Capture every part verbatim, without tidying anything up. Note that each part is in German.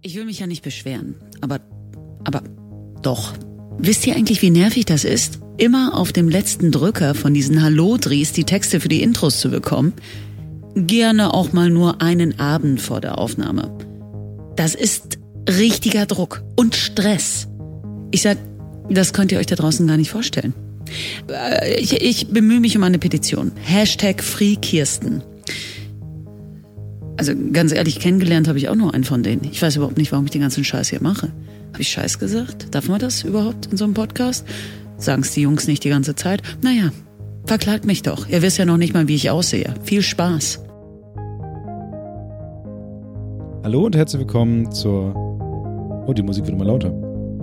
Ich will mich ja nicht beschweren, aber, aber doch. Wisst ihr eigentlich, wie nervig das ist, immer auf dem letzten Drücker von diesen Hallodris die Texte für die Intros zu bekommen? Gerne auch mal nur einen Abend vor der Aufnahme. Das ist richtiger Druck und Stress. Ich sag, das könnt ihr euch da draußen gar nicht vorstellen. Ich, ich bemühe mich um eine Petition. Hashtag FreeKirsten. Also ganz ehrlich, kennengelernt habe ich auch nur einen von denen. Ich weiß überhaupt nicht, warum ich den ganzen Scheiß hier mache. Habe ich Scheiß gesagt? Darf man das überhaupt in so einem Podcast? Sagen es die Jungs nicht die ganze Zeit? Naja, verklagt mich doch. Ihr wisst ja noch nicht mal, wie ich aussehe. Viel Spaß. Hallo und herzlich willkommen zur... Oh, die Musik wird immer lauter.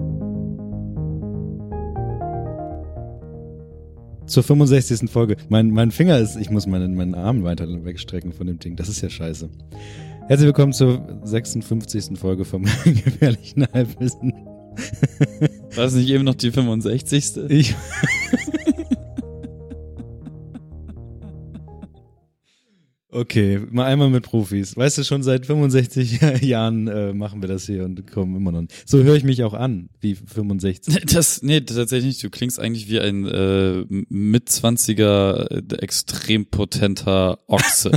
Zur fünfundsechzigsten Folge. Mein, mein Finger ist, ich muss meinen, meinen Arm weiter wegstrecken von dem Ding. Das ist ja scheiße. Herzlich willkommen zur sechsundfünfzigsten Folge vom gefährlichen Halbwissen. War es nicht eben noch die fünfundsechzigste? Ich... Okay, mal einmal mit Profis. Weißt du, schon seit fünfundsechzig Jahren äh, machen wir das hier und kommen immer noch nicht. So höre ich mich auch an, wie fünfundsechzig. Das, nee, tatsächlich nicht. Du klingst eigentlich wie ein äh, Mitzwanziger, äh, extrem potenter Ochse.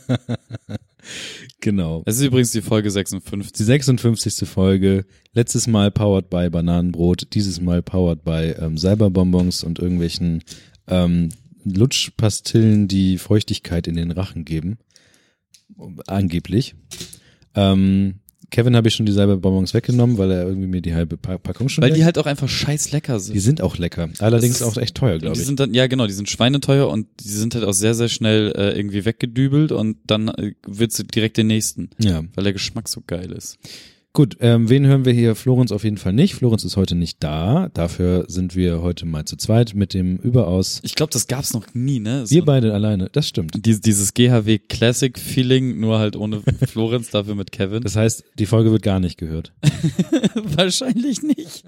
Genau. Es ist übrigens die Folge sechsundfünfzig. Die sechsundfünfzigste Folge. Letztes Mal powered by Bananenbrot, dieses Mal powered by ähm, Salberbonbons und irgendwelchen ähm, Lutschpastillen, die Feuchtigkeit in den Rachen geben. Angeblich. Ähm, Kevin habe ich schon die Salberbonbons weggenommen, weil er irgendwie mir die halbe Packung schon Weil weg. die halt auch einfach scheiß lecker sind. Die sind auch lecker. Allerdings Das ist, auch echt teuer, glaube ich. Die sind dann, ja genau, die sind schweineteuer und die sind halt auch sehr, sehr schnell äh, irgendwie weggedübelt und dann äh, wird's direkt den nächsten. Ja. Weil der Geschmack so geil ist. Gut, ähm, wen hören wir hier? Florenz auf jeden Fall nicht. Florenz ist heute nicht da. Dafür sind wir heute mal zu zweit mit dem überaus... Ich glaube, das gab's noch nie, ne? So wir beide alleine, das stimmt. Dies, dieses G H W Classic Feeling, nur halt ohne Florenz, dafür mit Kevin. Das heißt, die Folge wird gar nicht gehört. Wahrscheinlich nicht.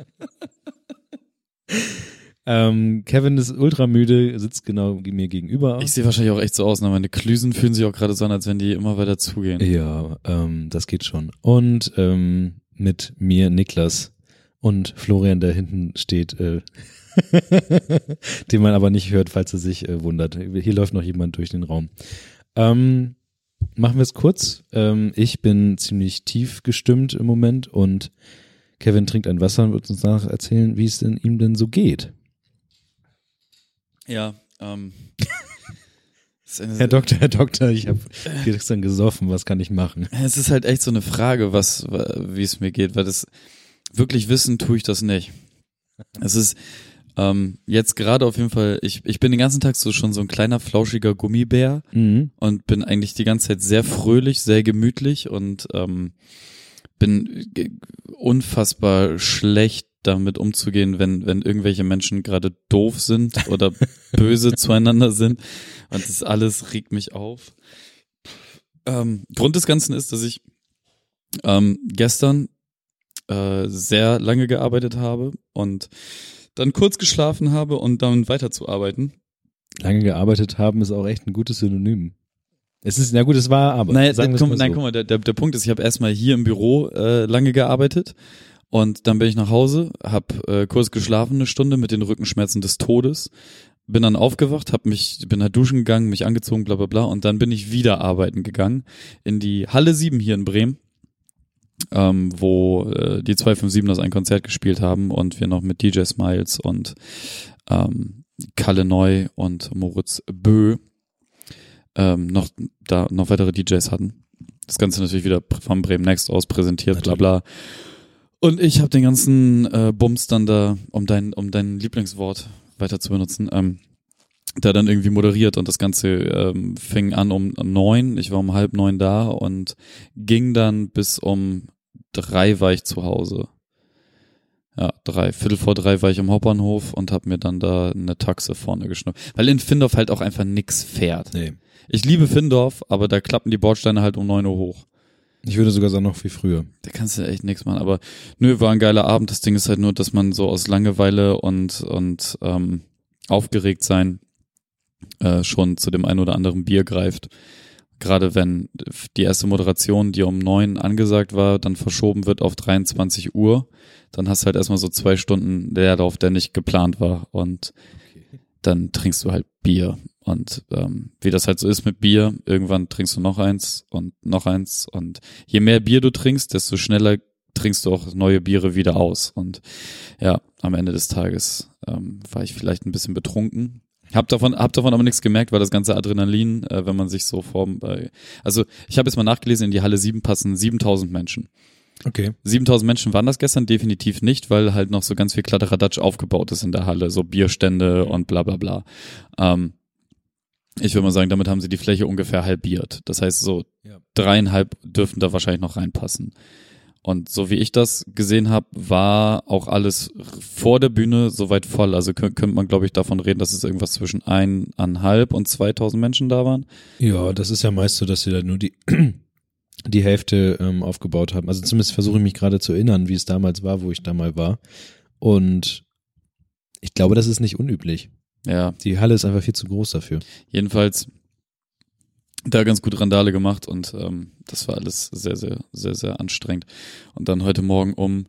ähm, Kevin ist ultramüde, sitzt genau mir gegenüber. Ich sehe wahrscheinlich auch echt so aus, ne? Meine Klüsen fühlen sich auch gerade so an, als wenn die immer weiter zugehen. Ja, ähm, das geht schon. Und ähm, mit mir Niklas und Florian, der hinten steht, äh, den man aber nicht hört, falls er sich äh, wundert. Hier läuft noch jemand durch den Raum. Ähm, machen wir es kurz. Ähm, ich bin ziemlich tief gestimmt im Moment und Kevin trinkt ein Wasser und wird uns danach erzählen, wie es denn ihm denn so geht. Ja, ähm. Herr Doktor, Herr Doktor, ich habe gestern gesoffen, was kann ich machen? Es ist halt echt so eine Frage, was, wie es mir geht, weil das wirklich wissen tue ich das nicht. Es ist ähm, jetzt gerade auf jeden Fall, ich, ich bin den ganzen Tag so schon so ein kleiner, flauschiger Gummibär mhm. und bin eigentlich die ganze Zeit sehr fröhlich, sehr gemütlich und ähm, bin unfassbar schlecht damit umzugehen, wenn wenn irgendwelche Menschen gerade doof sind oder böse zueinander sind und das alles regt mich auf. Ähm, Grund des Ganzen ist, dass ich ähm, gestern äh, sehr lange gearbeitet habe und dann kurz geschlafen habe und dann weiterzuarbeiten. Lange gearbeitet haben ist auch echt ein gutes Synonym. Es ist, na gut, es war Arbeit. Naja, Sagen komm, mal so. nein, guck mal, der, der, der Punkt ist, ich habe erstmal hier im Büro äh, lange gearbeitet und dann bin ich nach Hause, habe äh, kurz geschlafen eine Stunde mit den Rückenschmerzen des Todes, bin dann aufgewacht, hab mich, bin halt duschen gegangen, mich angezogen, bla bla bla und dann bin ich wieder arbeiten gegangen in die Halle sieben hier in Bremen, ähm, wo äh, die zwei fünf sieben ers ein Konzert gespielt haben und wir noch mit D J Smiles und ähm, Kalle Neu und Moritz Bö ähm, noch da noch weitere D Js hatten. Das Ganze natürlich wieder vom Bremen Next aus präsentiert, bla bla. Und ich habe den ganzen äh, Bums dann da, um dein um dein Lieblingswort weiter zu benutzen, ähm, da dann irgendwie moderiert und das Ganze ähm, fing an um, um neun, ich war um halb neun da und ging dann bis um drei war ich zu Hause. Ja, drei, Viertel vor drei war ich am Hauptbahnhof und hab mir dann da eine Taxe vorne geschnappt. Weil in Findorf halt auch einfach nix fährt. Nee. Ich liebe Findorf, aber da klappen die Bordsteine halt um neun Uhr hoch. Ich würde sogar sagen, noch viel früher. Da kannst du echt nix machen, aber nö, war ein geiler Abend. Das Ding ist halt nur, dass man so aus Langeweile und und ähm, aufgeregt sein äh, schon zu dem einen oder anderen Bier greift. gerade wenn die erste Moderation, die um neun angesagt war, dann verschoben wird auf dreiundzwanzig Uhr, dann hast du halt erstmal so zwei Stunden Leerlauf, der nicht geplant war und okay. Dann trinkst du halt Bier und ähm, wie das halt so ist mit Bier, irgendwann trinkst du noch eins und noch eins und je mehr Bier du trinkst, desto schneller trinkst du auch neue Biere wieder aus und ja, am Ende des Tages ähm, war ich vielleicht ein bisschen betrunken. Hab davon, hab davon aber nichts gemerkt, weil das ganze Adrenalin, äh, wenn man sich so form, äh, also ich habe jetzt mal nachgelesen, in die Halle sieben passen siebentausend Menschen. Okay. siebentausend Menschen waren das gestern definitiv nicht, weil halt noch so ganz viel Kladderadatsch aufgebaut ist in der Halle, so Bierstände und bla bla bla. Ähm, ich würde mal sagen, damit haben sie die Fläche ungefähr halbiert. Das heißt, so ja. dreieinhalb dürften da wahrscheinlich noch reinpassen. Und so wie ich das gesehen habe, war auch alles vor der Bühne soweit voll. Also könnte könnt man, glaube ich, davon reden, dass es irgendwas zwischen eineinhalb und zweitausend Menschen da waren. Ja, das ist ja meist so, dass sie da nur die die Hälfte ähm, aufgebaut haben. Also zumindest versuche ich mich gerade zu erinnern, wie es damals war, wo ich da mal war. Und ich glaube, das ist nicht unüblich. Ja. Die Halle ist einfach viel zu groß dafür. Jedenfalls da ganz gut Randale gemacht und ähm, das war alles sehr, sehr, sehr, sehr anstrengend. Und dann heute Morgen um,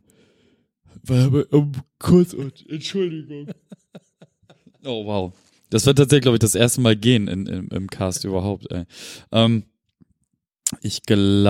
um kurz und Entschuldigung. Oh wow. Das wird tatsächlich, glaube ich, das erste Mal gehen in, in, im Cast überhaupt. Ey. Ähm, ich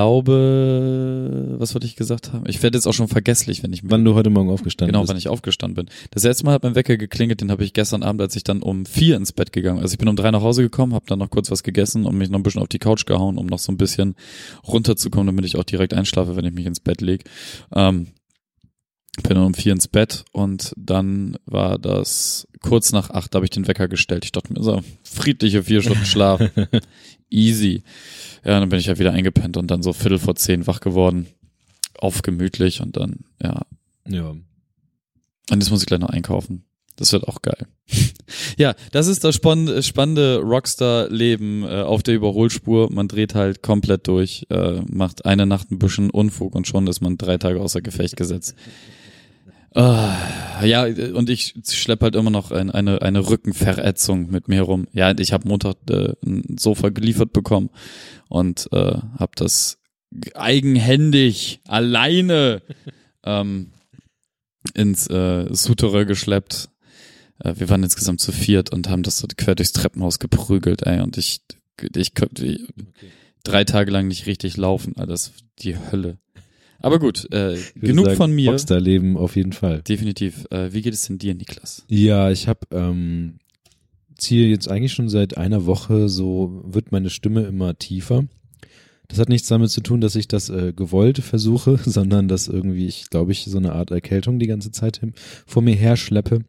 glaube, was wollte ich gesagt haben? Ich werde jetzt auch schon vergesslich, wenn ich... Wann du heute Morgen aufgestanden genau, bist. Genau, wann ich aufgestanden bin. Das erste Mal hat mein Wecker geklingelt, den habe ich gestern Abend, als ich dann um vier ins Bett gegangen bin. Also ich bin um drei nach Hause gekommen, habe dann noch kurz was gegessen und mich noch ein bisschen auf die Couch gehauen, um noch so ein bisschen runterzukommen, damit ich auch direkt einschlafe, wenn ich mich ins Bett lege. Ähm, bin dann um vier ins Bett und dann war das kurz nach acht, da habe ich den Wecker gestellt. Ich dachte mir so, friedliche vier Stunden Schlaf. Easy. Ja, dann bin ich ja wieder eingepennt und dann so Viertel vor zehn wach geworden. Auf gemütlich und dann, ja. Ja. Und jetzt muss ich gleich noch einkaufen. Das wird auch geil. Ja, das ist das spannende, spannende Rockstar-Leben äh, auf der Überholspur. Man dreht halt komplett durch, äh, macht eine Nacht ein bisschen Unfug und schon ist man drei Tage außer Gefecht gesetzt. Uh, ja, und ich schleppe halt immer noch ein, eine eine Rückenverätzung mit mir rum. Ja, ich habe Montag äh, ein Sofa geliefert bekommen und äh, habe das eigenhändig alleine ähm, ins äh, Souterrain geschleppt. Äh, wir waren insgesamt zu viert und haben das so quer durchs Treppenhaus geprügelt, ey. Und ich, ich konnte okay. drei Tage lang nicht richtig laufen. Alter, das ist die Hölle. Aber gut, äh, genug sagen, von mir. Rockstar-Leben auf jeden Fall. Definitiv. Äh, wie geht es denn dir, Niklas? Ja, ich habe ähm, ziehe jetzt eigentlich schon seit einer Woche, so wird meine Stimme immer tiefer. Das hat nichts damit zu tun, dass ich das äh, gewollt versuche, sondern dass irgendwie ich, glaube ich, so eine Art Erkältung die ganze Zeit hin, vor mir her schleppe.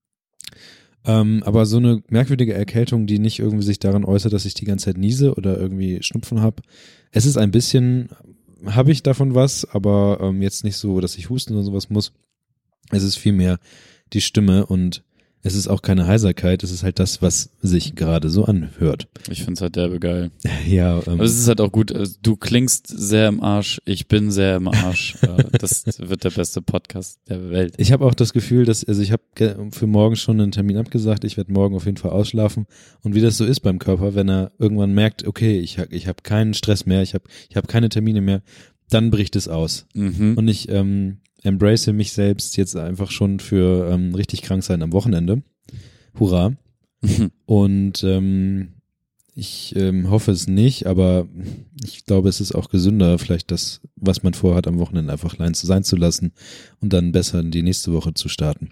Ähm, aber so eine merkwürdige Erkältung, die nicht irgendwie sich daran äußert, dass ich die ganze Zeit niese oder irgendwie Schnupfen habe. Es ist ein bisschen... habe ich davon was, aber ähm, jetzt nicht so, dass ich husten oder sowas muss. Es ist vielmehr die Stimme und es ist auch keine Heiserkeit, es ist halt das, was sich gerade so anhört. Ich find's halt derbe geil. Ja. Ähm, aber es ist halt auch gut, du klingst sehr im Arsch, ich bin sehr im Arsch. Das wird der beste Podcast der Welt. Ich habe auch das Gefühl, dass, also ich habe für morgen schon einen Termin abgesagt, ich werde morgen auf jeden Fall ausschlafen und wie das so ist beim Körper, wenn er irgendwann merkt, okay, ich, ich habe keinen Stress mehr, ich habe ich hab keine Termine mehr, dann bricht es aus. Mhm. Und ich ähm, embrace mich selbst jetzt einfach schon für ähm, richtig krank sein am Wochenende. Hurra. Mhm. Und ähm, ich ähm, hoffe es nicht, aber ich glaube, es ist auch gesünder, vielleicht das, was man vorhat, am Wochenende einfach sein zu lassen und dann besser in die nächste Woche zu starten.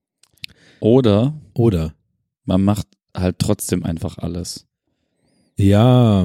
Oder Oder man macht halt trotzdem einfach alles. Ja.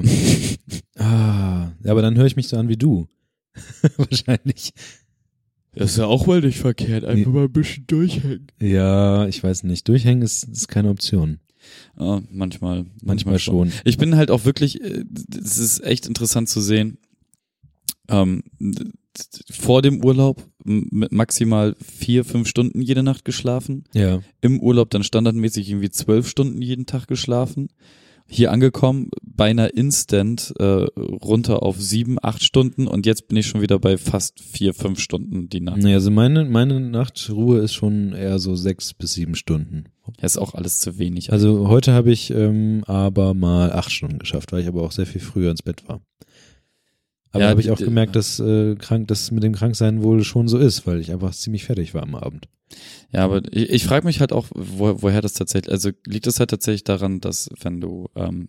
ah, aber dann höre ich mich so an wie du. Wahrscheinlich. Das ist ja auch mal nicht verkehrt, einfach mal ein bisschen durchhängen. Ja, ich weiß nicht. Durchhängen ist, ist keine Option. Ja, manchmal, manchmal, manchmal schon. schon. Ich bin halt auch wirklich, es ist echt interessant zu sehen, ähm, vor dem Urlaub mit maximal vier, fünf Stunden jede Nacht geschlafen. Ja. Im Urlaub dann standardmäßig irgendwie zwölf Stunden jeden Tag geschlafen. hier angekommen, beinahe instant äh, runter auf sieben, acht Stunden und jetzt bin ich schon wieder bei fast vier, fünf Stunden die Nacht. Nee, also meine, meine Nachtruhe ist schon eher so sechs bis sieben Stunden. Ja, ist auch alles zu wenig. Also heute habe ich ähm, aber mal acht Stunden geschafft, weil ich aber auch sehr viel früher ins Bett war. Aber Ja, habe ich die- auch gemerkt, dass äh, krank, dass mit dem Kranksein wohl schon so ist, weil ich einfach ziemlich fertig war am Abend. Ja, aber ich, ich frage mich halt auch, wo, woher das tatsächlich, also liegt es halt tatsächlich daran, dass wenn du ähm,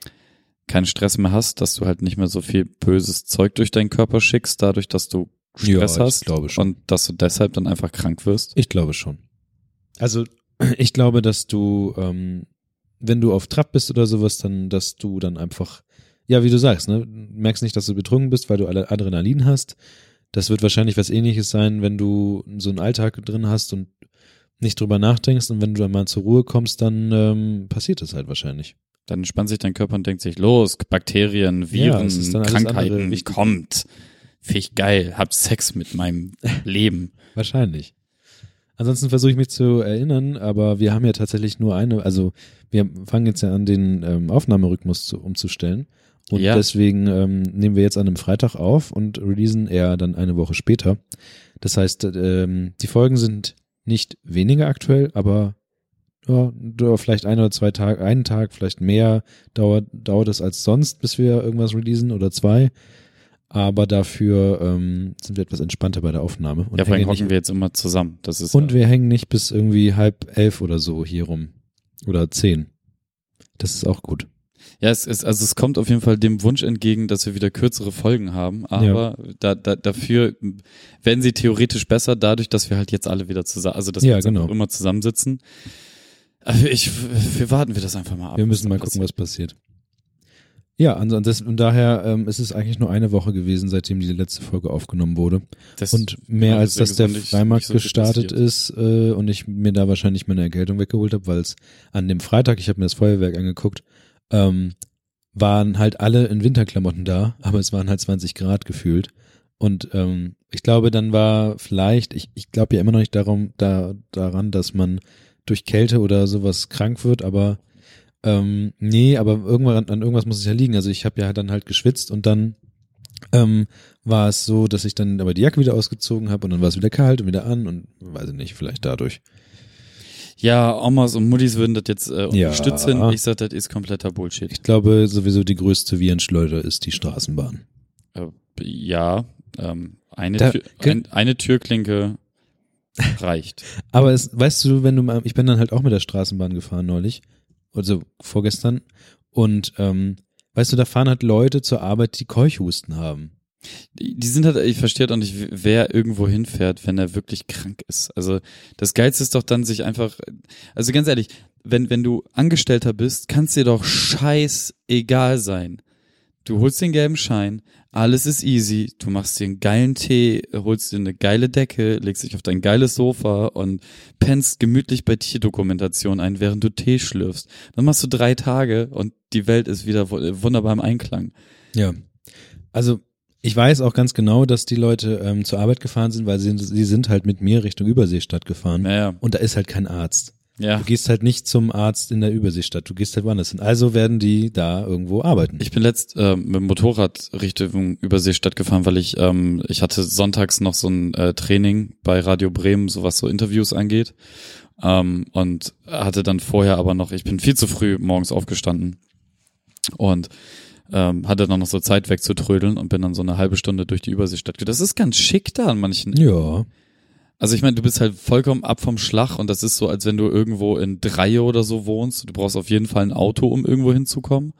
keinen Stress mehr hast, dass du halt nicht mehr so viel böses Zeug durch deinen Körper schickst, dadurch, dass du Stress Ja, ich hast glaube schon. und dass du deshalb dann einfach krank wirst. Ich glaube schon. Also ich glaube, dass du, ähm, wenn du auf Trab bist oder sowas, dann, dass du dann einfach, ja, wie du sagst, ne, merkst nicht, dass du betrunken bist, weil du alle Adrenalin hast. Das wird wahrscheinlich was Ähnliches sein, wenn du so einen Alltag drin hast und nicht drüber nachdenkst und wenn du dann mal zur Ruhe kommst, dann ähm, passiert das halt wahrscheinlich. Dann entspannt sich dein Körper und denkt sich, los, Bakterien, Viren, es ist dann alles andere Krankheiten, wichtig. kommt. Finde ich geil, hab Sex mit meinem Leben. Wahrscheinlich. Ansonsten versuche ich mich zu erinnern, aber wir haben ja tatsächlich nur eine, also wir fangen jetzt ja an, den ähm, Aufnahmerhythmus zu, umzustellen. Und Ja. deswegen ähm, nehmen wir jetzt an einem Freitag auf und releasen eher dann eine Woche später. Das heißt, ähm, die Folgen sind nicht weniger aktuell, aber ja, vielleicht ein oder zwei Tage, einen Tag, vielleicht mehr dauert, dauert es als sonst, bis wir irgendwas releasen oder zwei. Aber dafür ähm, sind wir etwas entspannter bei der Aufnahme. Und Ja, vor allem hängen nicht- hocken wir jetzt immer zusammen. Das ist und wir hängen nicht bis irgendwie halb elf oder so hier rum. Oder zehn. Das ist auch gut. Ja, es ist, also es kommt auf jeden Fall dem Wunsch entgegen, dass wir wieder kürzere Folgen haben, aber da, da, dafür werden sie theoretisch besser, dadurch, dass wir halt jetzt alle wieder zusammen, also dass Ja, wir jetzt genau. einfach immer zusammensitzen. Also ich, wir warten wir das einfach mal ab. Wir müssen mal gucken, was passiert. Ja, und, und, das, und daher ähm, ist es eigentlich nur eine Woche gewesen, seitdem die letzte Folge aufgenommen wurde. Das, Und mehr ja, als sehr dass der gesund, nicht- Freimarkt nicht so viel gestartet passiert. ist äh, und ich mir da wahrscheinlich meine Erkältung weggeholt habe, weil es an dem Freitag, ich habe mir das Feuerwerk angeguckt, ähm, waren halt alle in Winterklamotten da, aber es waren halt zwanzig Grad gefühlt. Und ähm, ich glaube, dann war vielleicht, ich, ich glaube ja immer noch nicht darum, da, daran, dass man durch Kälte oder sowas krank wird, aber ähm, nee, aber irgendwann an irgendwas muss es ja liegen. Also ich habe ja dann halt geschwitzt und dann ähm, war es so, dass ich dann aber die Jacke wieder ausgezogen habe und dann war es wieder kalt und wieder an und weiß ich nicht, vielleicht dadurch. Ja, Omas und Muttis würden das jetzt äh, Ja. unterstützen. Ich sag, das ist kompletter Bullshit. Ich glaube sowieso die größte Virenschleuder ist die Straßenbahn. Äh, ja, ähm, eine, Da- Tür, ein, eine Türklinke reicht. Aber es, weißt du, wenn du mal, ich bin dann halt auch mit der Straßenbahn gefahren neulich, also vorgestern und ähm, weißt du, da fahren halt Leute zur Arbeit, die Keuchhusten haben. Die, die sind halt, ich verstehe halt auch nicht, wer irgendwo hinfährt, wenn er wirklich krank ist. Also das Geilste ist doch dann sich einfach, also ganz ehrlich, wenn, wenn du Angestellter bist, kann's dir doch scheißegal sein. Du holst den gelben Schein, alles ist easy, du machst dir einen geilen Tee, holst dir eine geile Decke, legst dich auf dein geiles Sofa und pennst gemütlich bei Tierdokumentation ein, während du Tee schlürfst. Dann machst du drei Tage und die Welt ist wieder wu- wunderbar im Einklang. Ja. Also ich weiß auch ganz genau, dass die Leute ähm, zur Arbeit gefahren sind, weil sie, sie sind halt mit mir Richtung Überseestadt gefahren. Naja, Und da ist halt kein Arzt. ja. Du gehst halt nicht zum Arzt in der Überseestadt, du gehst halt woanders hin. Also werden die da irgendwo arbeiten. Ich bin letzt ähm, mit dem Motorrad Richtung Überseestadt gefahren, weil ich ähm, ich hatte sonntags noch so ein äh, Training bei Radio Bremen, so was so Interviews angeht, ähm, und hatte dann vorher aber noch, ich bin viel zu früh morgens aufgestanden und ähm, hatte dann noch so Zeit wegzutrödeln und bin dann so eine halbe Stunde durch die Überseestadt. Das ist ganz schick da an manchen. Ja. Also ich meine, du bist halt vollkommen ab vom Schlag und das ist so, als wenn du irgendwo in Dreie oder so wohnst. Du brauchst auf jeden Fall ein Auto, um irgendwo hinzukommen.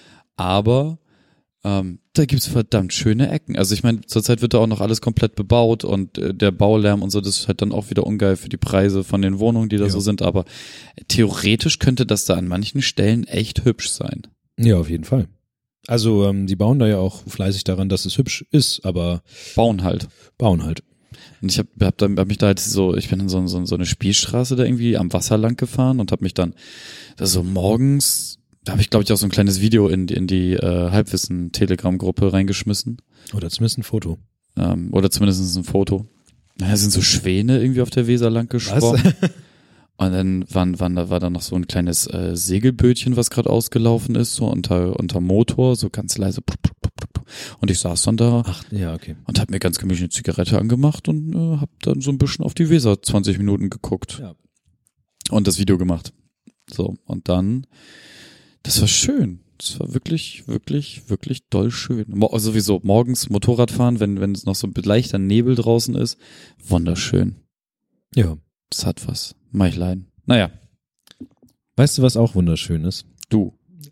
Aber ähm, da gibt's verdammt schöne Ecken. Also ich meine, zurzeit wird da auch noch alles komplett bebaut und äh, der Baulärm und so, das ist halt dann auch wieder ungeil für die Preise von den Wohnungen, die da Ja. so sind. Aber theoretisch könnte das da an manchen Stellen echt hübsch sein. Ja, auf jeden Fall. Also ähm, die bauen da ja auch fleißig daran, dass es hübsch ist, aber Bauen halt. bauen halt. Und ich habe hab dann hab mich da halt so, ich bin in so, so, so eine Spielstraße da irgendwie am Wasser lang gefahren und habe mich dann da so morgens, da habe ich glaube ich auch so ein kleines Video in, in die äh, Halbwissen-Telegram-Gruppe reingeschmissen. Oder zumindest ein Foto. Ähm, oder zumindest ein Foto. Da sind so Schwäne irgendwie auf der Weser lang geschwommen. Und dann waren, waren, da war da noch so ein kleines äh, Segelbötchen, was gerade ausgelaufen ist, so unter, unter Motor, so ganz leise. Und ich saß dann da Ach, ja, okay. und hab mir ganz gemütlich eine Zigarette angemacht und äh, hab dann so ein bisschen auf die Weser zwanzig Minuten geguckt. Ja. Und das Video gemacht. So, und dann, das war schön. Das war wirklich, wirklich, wirklich doll schön. Mo- sowieso morgens Motorradfahren, wenn, wenn es noch so ein leichter Nebel draußen ist, wunderschön. Ja. Das hat was. Mach ich leiden. Naja, Weißt du, was auch wunderschön ist? du.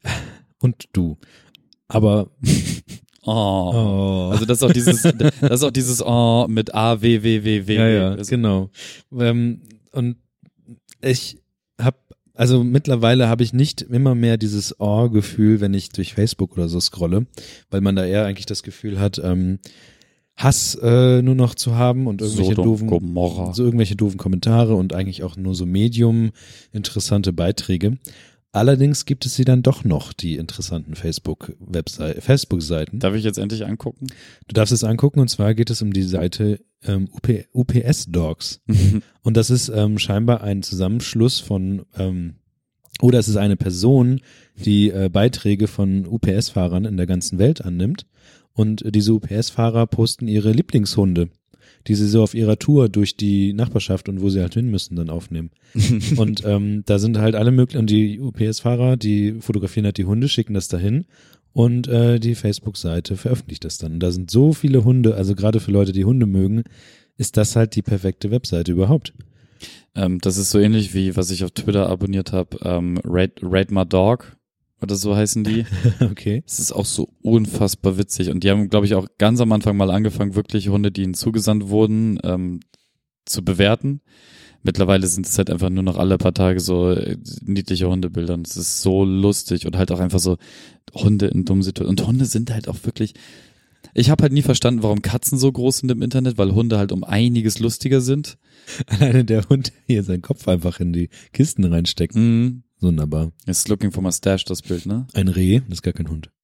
Und du. Aber Oh. oh. Also das ist auch dieses, das ist auch dieses Oh mit A, W, W, W, W. ja, ja, Also, genau. Ähm, und ich habe, also mittlerweile habe ich nicht immer mehr dieses Oh-Gefühl, wenn ich durch Facebook oder so scrolle, weil man da eher eigentlich das Gefühl hat, ähm, Hass äh, nur noch zu haben und irgendwelche Sodom, doofen, Gomorra. so irgendwelche doofen Kommentare und eigentlich auch nur so Medium interessante Beiträge. Allerdings gibt es sie dann doch noch, die interessanten Facebook-Webseiten, Facebook-Seiten. Darf ich jetzt endlich angucken? Du darfst es angucken, und zwar geht es um die Seite ähm, U P S-Dogs. Und das ist ähm, scheinbar ein Zusammenschluss von, ähm, oder es ist eine Person, die äh, Beiträge von U P S-Fahrern in der ganzen Welt annimmt. Und diese U P S-Fahrer posten ihre Lieblingshunde, die sie so auf ihrer Tour durch die Nachbarschaft und wo sie halt hin müssen, dann aufnehmen. Und ähm, da sind halt alle möglichen, und die U P S-Fahrer, die fotografieren halt die Hunde, schicken das dahin und äh, die Facebook-Seite veröffentlicht das dann. Und da sind so viele Hunde, also gerade für Leute, die Hunde mögen, ist das halt die perfekte Webseite überhaupt. Ähm, das ist so ähnlich wie, was ich auf Twitter abonniert habe, ähm, Rate, Rate My Dog oder so heißen die. Okay. Es ist auch so unfassbar witzig und die haben, glaube ich, auch ganz am Anfang mal angefangen, wirklich Hunde, die ihnen zugesandt wurden, ähm, zu bewerten. Mittlerweile sind es halt einfach nur noch alle paar Tage so äh, niedliche Hundebilder und es ist so lustig und halt auch einfach so Hunde in dummen Situationen. Und Hunde sind halt auch wirklich, ich habe halt nie verstanden, warum Katzen so groß sind im Internet, weil Hunde halt um einiges lustiger sind. Alleine der Hund, der hier seinen Kopf einfach in die Kisten reinsteckt. Mhm. Wunderbar. It's looking for mustache, das Bild, ne? Ein Reh, das ist gar kein Hund.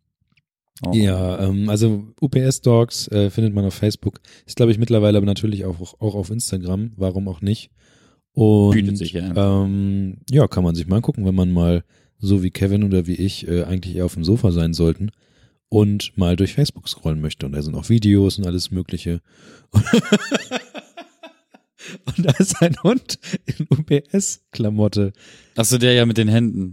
Oh. Ja, ähm, also U P S-Dogs äh, findet man auf Facebook. Ist, glaube ich, mittlerweile aber natürlich auch, auch auf Instagram. Warum auch nicht? Und Bietet sich ja an. ähm, ja, kann man sich mal angucken, wenn man mal so wie Kevin oder wie ich äh, eigentlich eher auf dem Sofa sein sollten und mal durch Facebook scrollen möchte. Und da sind auch Videos und alles Mögliche. Und da ist ein Hund in U P S-Klamotte. Achso, der ja mit den Händen.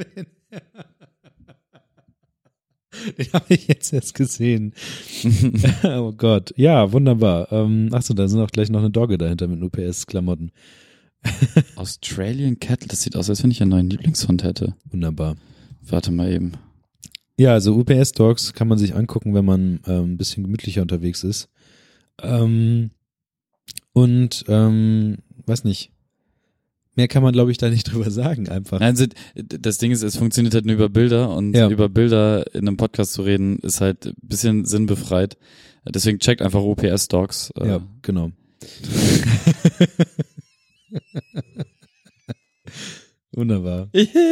Den habe ich jetzt erst gesehen. Oh Gott. Ja, wunderbar. Ähm, achso, da sind auch gleich noch eine Dogge dahinter mit U P S-Klamotten. Australian Cattle, das sieht aus, als wenn ich einen neuen Lieblingshund hätte. Wunderbar. Warte mal eben. Ja, also U P S-Dogs kann man sich angucken, wenn man ähm, ein bisschen gemütlicher unterwegs ist. Ähm, und, ähm, weiß nicht. Mehr kann man, glaube ich, da nicht drüber sagen, einfach. Also, das Ding ist, es funktioniert halt nur über Bilder und Ja. über Bilder in einem Podcast zu reden, ist halt ein bisschen sinnbefreit. Deswegen checkt einfach U P S-Dogs. Äh, Ja, genau. Wunderbar.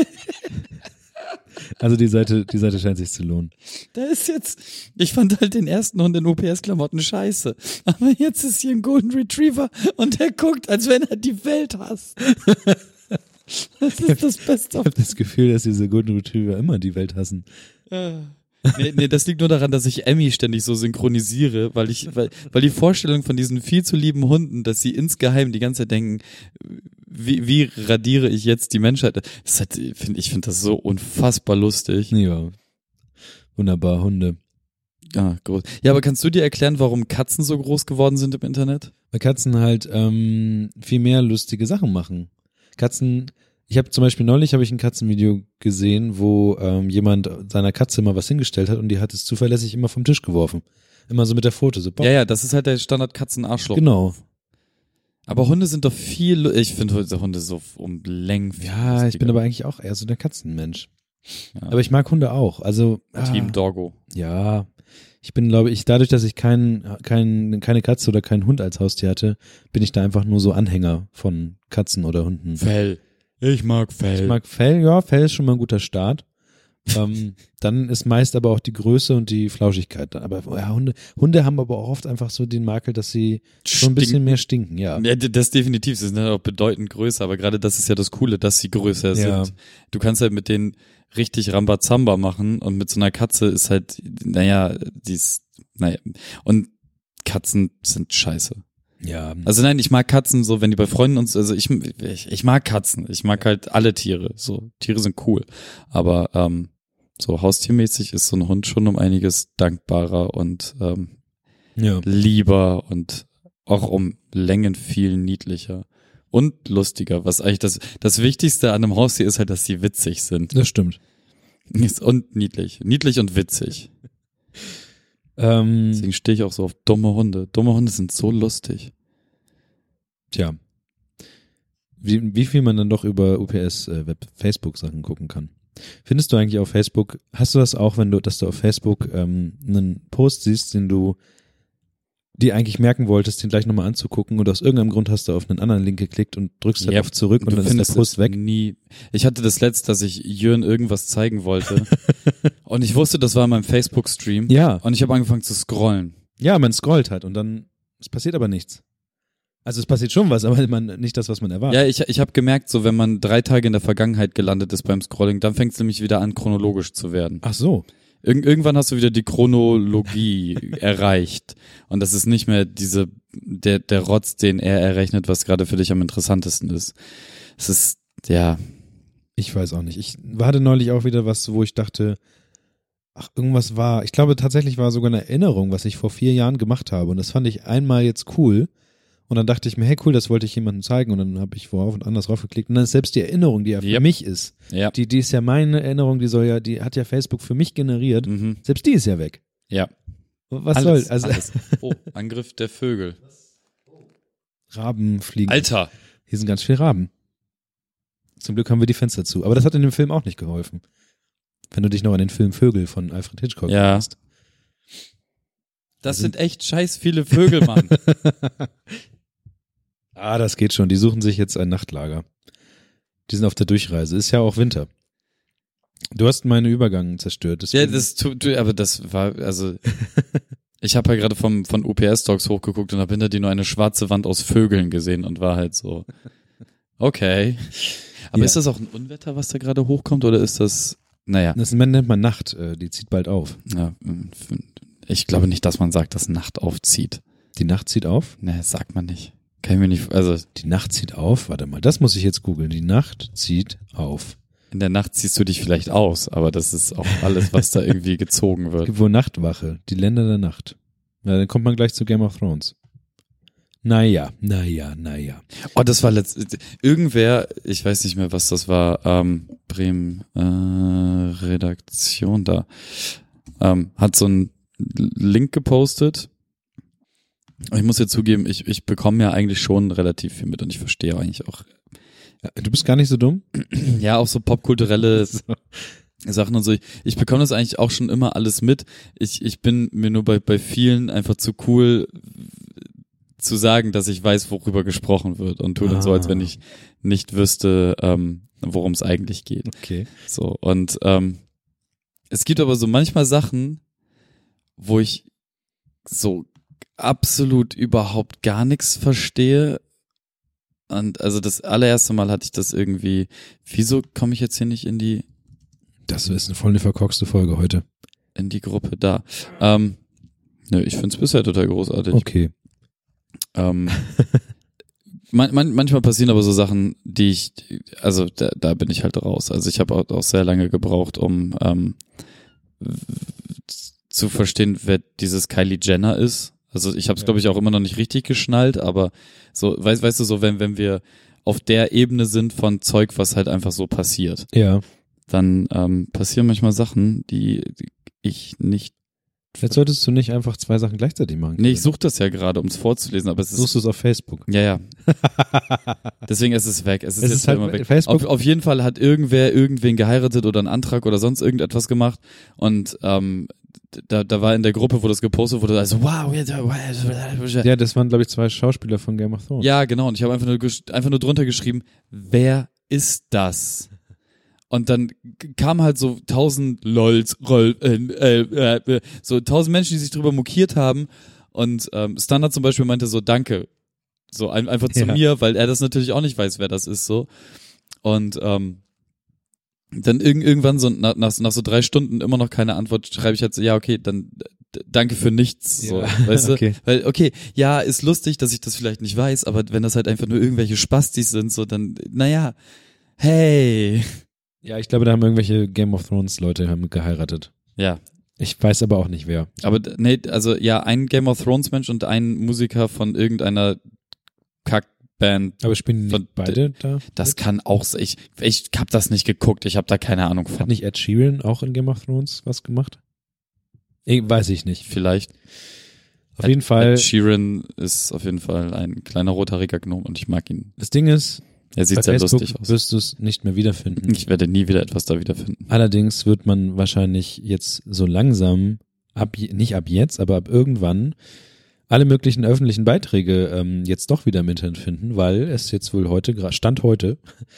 Also die Seite, die Seite scheint sich zu lohnen. Da ist jetzt, ich fand halt den ersten Hund in U P S-Klamotten scheiße. Aber jetzt ist hier ein Golden Retriever und der guckt, als wenn er die Welt hasst. Das ist das Beste. Ich habe das Gefühl, dass diese Golden Retriever immer die Welt hassen. Nee, nee, das liegt nur daran, dass ich Emmy ständig so synchronisiere, weil ich, weil, weil die Vorstellung von diesen viel zu lieben Hunden, dass sie insgeheim die ganze Zeit denken, wie, wie radiere ich jetzt die Menschheit? Das hat, find, ich finde das so unfassbar lustig. Ja. Wunderbar, Hunde. Ja, groß. Ja, aber kannst du dir erklären, warum Katzen so groß geworden sind im Internet? Weil Katzen halt ähm, viel mehr lustige Sachen machen. Katzen, ich habe zum Beispiel neulich habe ich ein Katzenvideo gesehen, wo ähm, jemand seiner Katze immer was hingestellt hat und die hat es zuverlässig immer vom Tisch geworfen. Immer so mit der Pfote. So, Ja, ja, das ist halt der Standard-Katzen-Arschloch. Genau. Aber Hunde sind doch viel, lu- ich finde Hunde so um Längen viel Ja, ich lustiger. bin aber eigentlich auch eher so der Katzenmensch. Ja. Aber ich mag Hunde auch. Also Team ah, Doggo. ja, ich bin, glaube ich, dadurch, dass ich kein, kein, keine Katze oder keinen Hund als Haustier hatte, bin ich da einfach nur so Anhänger von Katzen oder Hunden. Fell. Ich mag Fell. Ich mag Fell, ja, Fell ist schon mal ein guter Start. ähm, dann ist meist aber auch die Größe und die Flauschigkeit. Aber ja, Hunde, Hunde haben aber auch oft einfach so den Makel, dass sie so ein bisschen Stinken. mehr stinken, ja. Ja, das definitiv. Sie sind halt auch bedeutend größer, aber gerade das ist ja das Coole, dass sie größer Ja. sind. Du kannst halt mit denen richtig Rambazamba machen und mit so einer Katze ist halt, naja, die ist, naja, und Katzen sind scheiße. Ja, Also nein, ich mag Katzen so, wenn die bei Freunden uns, also ich, ich, ich mag Katzen, ich mag halt alle Tiere, so, Tiere sind cool, aber ähm, so haustiermäßig ist so ein Hund schon um einiges dankbarer und ähm, ja. lieber und auch um Längen viel niedlicher und lustiger, was eigentlich das, das Wichtigste an einem Haustier ist halt, dass sie witzig sind. Das stimmt. Und niedlich, niedlich und witzig. Ähm, Deswegen stehe ich auch so auf dumme Hunde. Dumme Hunde sind so lustig. tja. Wie, wie viel man dann doch über U P S äh, Web Facebook Sachen gucken kann. Findest du eigentlich auf Facebook, hast du das auch, wenn du, dass du auf Facebook ähm, einen Post siehst, den du dir eigentlich merken wolltest, den gleich nochmal anzugucken und aus irgendeinem Grund hast du auf einen anderen Link geklickt und drückst halt Yep. auf zurück und Du dann ist der findest Post es weg? Nie. Ich hatte das letzte, dass ich Jörn irgendwas zeigen wollte und ich wusste, das war in meinem Facebook-Stream Ja, und ich habe angefangen zu scrollen. ja, man scrollt halt und dann, es passiert aber nichts. Also es passiert schon was, aber man, nicht das, was man erwartet. Ja, ich, ich habe gemerkt, so wenn man drei Tage in der Vergangenheit gelandet ist beim Scrolling, dann fängt es nämlich wieder an, chronologisch zu werden. Ach so. Irg irgendwann hast du wieder die Chronologie erreicht und das ist nicht mehr diese der der Rotz, den er errechnet, was gerade für dich am interessantesten ist. Es ist ja Ich weiß auch nicht. Ich hatte neulich auch wieder was, wo ich dachte, ach, irgendwas war, ich glaube tatsächlich war sogar eine Erinnerung, was ich vor vier Jahren gemacht habe und das fand ich einmal jetzt cool und dann dachte ich mir, hey cool, das wollte ich jemandem zeigen und dann habe ich worauf und anders raufgeklickt und dann ist selbst die Erinnerung, die ja für Yep. mich ist, ja die, die ist ja meine Erinnerung, die soll ja, die hat ja Facebook für mich generiert, mhm. selbst die ist ja weg. ja Was alles, soll, also alles. Oh, Angriff der Vögel. Raben fliegen. Alter. Hier sind ganz viele Raben. Zum Glück haben wir die Fenster zu, aber das hat in dem Film auch nicht geholfen. Wenn du dich noch an den Film Vögel von Alfred Hitchcock Ja. erinnerst. Das sind echt scheiß viele Vögel, Mann. Ah, das geht schon. Die suchen sich jetzt ein Nachtlager. Die sind auf der Durchreise. Ist ja auch Winter. Du hast meinen Übergang zerstört. Ja, deswegen- das tut, aber das war, also, ich habe ja gerade vom von U P S-Docs hochgeguckt und habe hinter dir nur eine schwarze Wand aus Vögeln gesehen und war halt so, okay. Aber Ja. ist das auch ein Unwetter, was da gerade hochkommt oder ist das, naja, Das nennt man Nacht. äh, Die zieht bald auf. ja, ich glaube nicht, dass man sagt, dass Nacht aufzieht. Die Nacht zieht auf? Ne, sagt man nicht. Kann ich mir nicht, also Die Nacht zieht auf? Warte mal, das muss ich jetzt googeln. Die Nacht zieht auf. in der Nacht ziehst du dich vielleicht aus, aber das ist auch alles, was da irgendwie gezogen wird. Gibt wohl Nachtwache. Die Länder der Nacht. Ja, dann kommt man gleich zu Game of Thrones. Naja, naja, naja. Oh, das war letzt, irgendwer, ich weiß nicht mehr, was das war, ähm, Bremen, äh, Redaktion da, ähm, hat so einen Link gepostet. Ich muss ja zugeben, ich, ich bekomme ja eigentlich schon relativ viel mit und ich verstehe eigentlich auch, Du bist gar nicht so dumm? ja, auch so popkulturelle So. Sachen und so. Ich, ich bekomme das eigentlich auch schon immer alles mit. Ich, ich bin mir nur bei, bei vielen einfach zu cool zu sagen, dass ich weiß, worüber gesprochen wird und tue dann so, als wenn ich nicht wüsste, ähm, worum es eigentlich geht. Okay. So, und ähm, es gibt aber so manchmal Sachen, wo ich so absolut überhaupt gar nichts verstehe. Und also das allererste Mal hatte ich das irgendwie, wieso komme ich jetzt hier nicht in die Das ist eine voll eine verkorkste Folge heute. in die Gruppe da? Ähm, nö, ich find's bisher total großartig. Okay. Ähm, man, man, manchmal passieren aber so Sachen, die ich, also da, da bin ich halt raus. Also ich habe auch, auch sehr lange gebraucht, um ähm, zu verstehen, wer dieses Kylie Jenner ist. Also ich habe es, glaube ich, auch immer noch nicht richtig geschnallt, aber so, weißt, weißt du, so wenn, wenn wir auf der Ebene sind von Zeug, was halt einfach so passiert, Ja. dann ähm, passieren manchmal Sachen, die, die ich nicht. Vielleicht solltest du nicht einfach zwei Sachen gleichzeitig machen. Nee, ich suche das ja gerade, um es vorzulesen, aber es ist. Suchst du es auf Facebook? Ja, ja. Deswegen ist es weg. Es ist Es jetzt ist halt immer weg. Facebook. Auf, auf jeden Fall hat irgendwer irgendwen geheiratet oder einen Antrag oder sonst irgendetwas gemacht und ähm, da, da war in der Gruppe, wo das gepostet wurde, also wow, ja, Ja, das waren, glaube ich, zwei Schauspieler von Game of Thrones. ja genau. Und ich habe einfach nur gesch- einfach nur drunter geschrieben, wer ist das? Und dann kam halt so tausend Lols, Roll, äh, äh, äh, so tausend Menschen, die sich drüber mokiert haben. Und ähm, Standard zum Beispiel meinte so, danke. So ein, einfach zu Ja. mir, weil er das natürlich auch nicht weiß, wer das ist, so. Und ähm, dann irg- irgendwann so nach, nach, nach so drei Stunden immer noch keine Antwort, schreibe ich halt so, ja, okay, dann d- danke für nichts, so, Ja. weißt du? Okay. Weil, okay, ja, ist lustig, dass ich das vielleicht nicht weiß, aber wenn das halt einfach nur irgendwelche Spastis sind, so, dann, naja, hey. Ja, ich glaube, da haben irgendwelche Game of Thrones Leute haben geheiratet. Ja, Ich weiß aber auch nicht wer. aber d- nee, also ja, ein Game of Thrones Mensch und ein Musiker von irgendeiner Kackband. Aber spielen Von- nicht beide da? Das mit? kann auch sein. Ich, ich hab das nicht geguckt, ich habe da keine Ahnung Hat von. nicht Ed Sheeran auch in Game of Thrones was gemacht? Ich, weiß ich nicht. Vielleicht. Auf jeden Fall, Ed Sheeran ist auf jeden Fall ein kleiner rothaariger Gnome und ich mag ihn. das Ding ist, Er sieht bei sehr Facebook lustig aus. wirst du es nicht mehr wiederfinden. Ich werde nie wieder etwas da wiederfinden. Allerdings wird man wahrscheinlich jetzt so langsam, ab je- nicht ab jetzt, aber ab irgendwann, alle möglichen öffentlichen Beiträge ähm, jetzt doch wieder im Internet finden, weil es jetzt wohl heute, gra- Stand heute,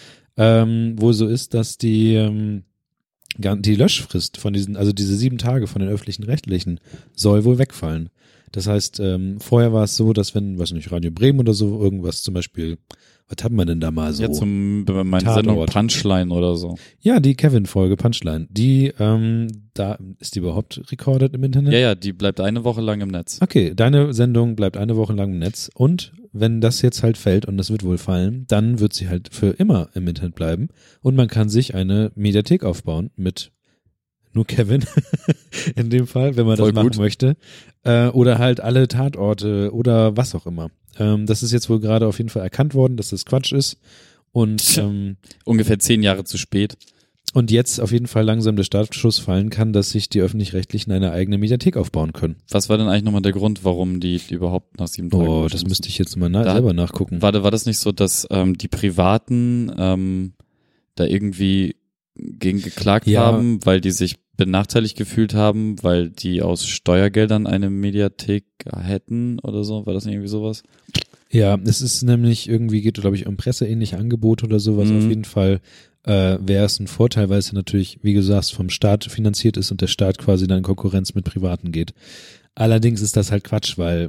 ähm, wohl so ist, dass die, ähm, gar- die Löschfrist von diesen, also diese sieben Tage von den öffentlichen Rechtlichen soll wohl wegfallen. Das heißt, ähm, vorher war es so, dass wenn, weiß nicht, Radio Bremen oder so irgendwas zum Beispiel, was haben wir denn da mal so? Ja, zum bei meiner Tatort. Sendung Punchline oder so. Ja, die Kevin-Folge Punchline. Die, ähm, da ist die überhaupt recorded im Internet? Ja, ja, die bleibt eine Woche lang im Netz. Okay, deine Sendung bleibt eine Woche lang im Netz und wenn das jetzt halt fällt und das wird wohl fallen, dann wird sie halt für immer im Internet bleiben und man kann sich eine Mediathek aufbauen mit nur Kevin in dem Fall, wenn man Voll das machen gut. möchte, äh, oder halt alle Tatorte oder was auch immer. Ähm, das ist jetzt wohl gerade auf jeden Fall erkannt worden, dass das Quatsch ist und ähm, Ungefähr zehn Jahre zu spät. und jetzt auf jeden Fall langsam der Startschuss fallen kann, dass sich die Öffentlich-Rechtlichen eine eigene Mediathek aufbauen können. Was war denn eigentlich nochmal der Grund, warum die überhaupt nach sieben Tagen Oh, löschen das müssen? müsste ich jetzt mal na Da- selber nachgucken. War, war das nicht so, dass ähm, die Privaten ähm, da irgendwie gegen geklagt Ja. haben, weil die sich benachteiligt gefühlt haben, weil die aus Steuergeldern eine Mediathek hätten oder so? War das nicht irgendwie sowas? Ja, es ist nämlich irgendwie, geht glaube ich um presseähnliche Angebote oder sowas. Mhm. Auf jeden Fall äh, wäre es ein Vorteil, weil es ja natürlich, wie gesagt, vom Staat finanziert ist und der Staat quasi dann in Konkurrenz mit Privaten geht. Allerdings ist das halt Quatsch, weil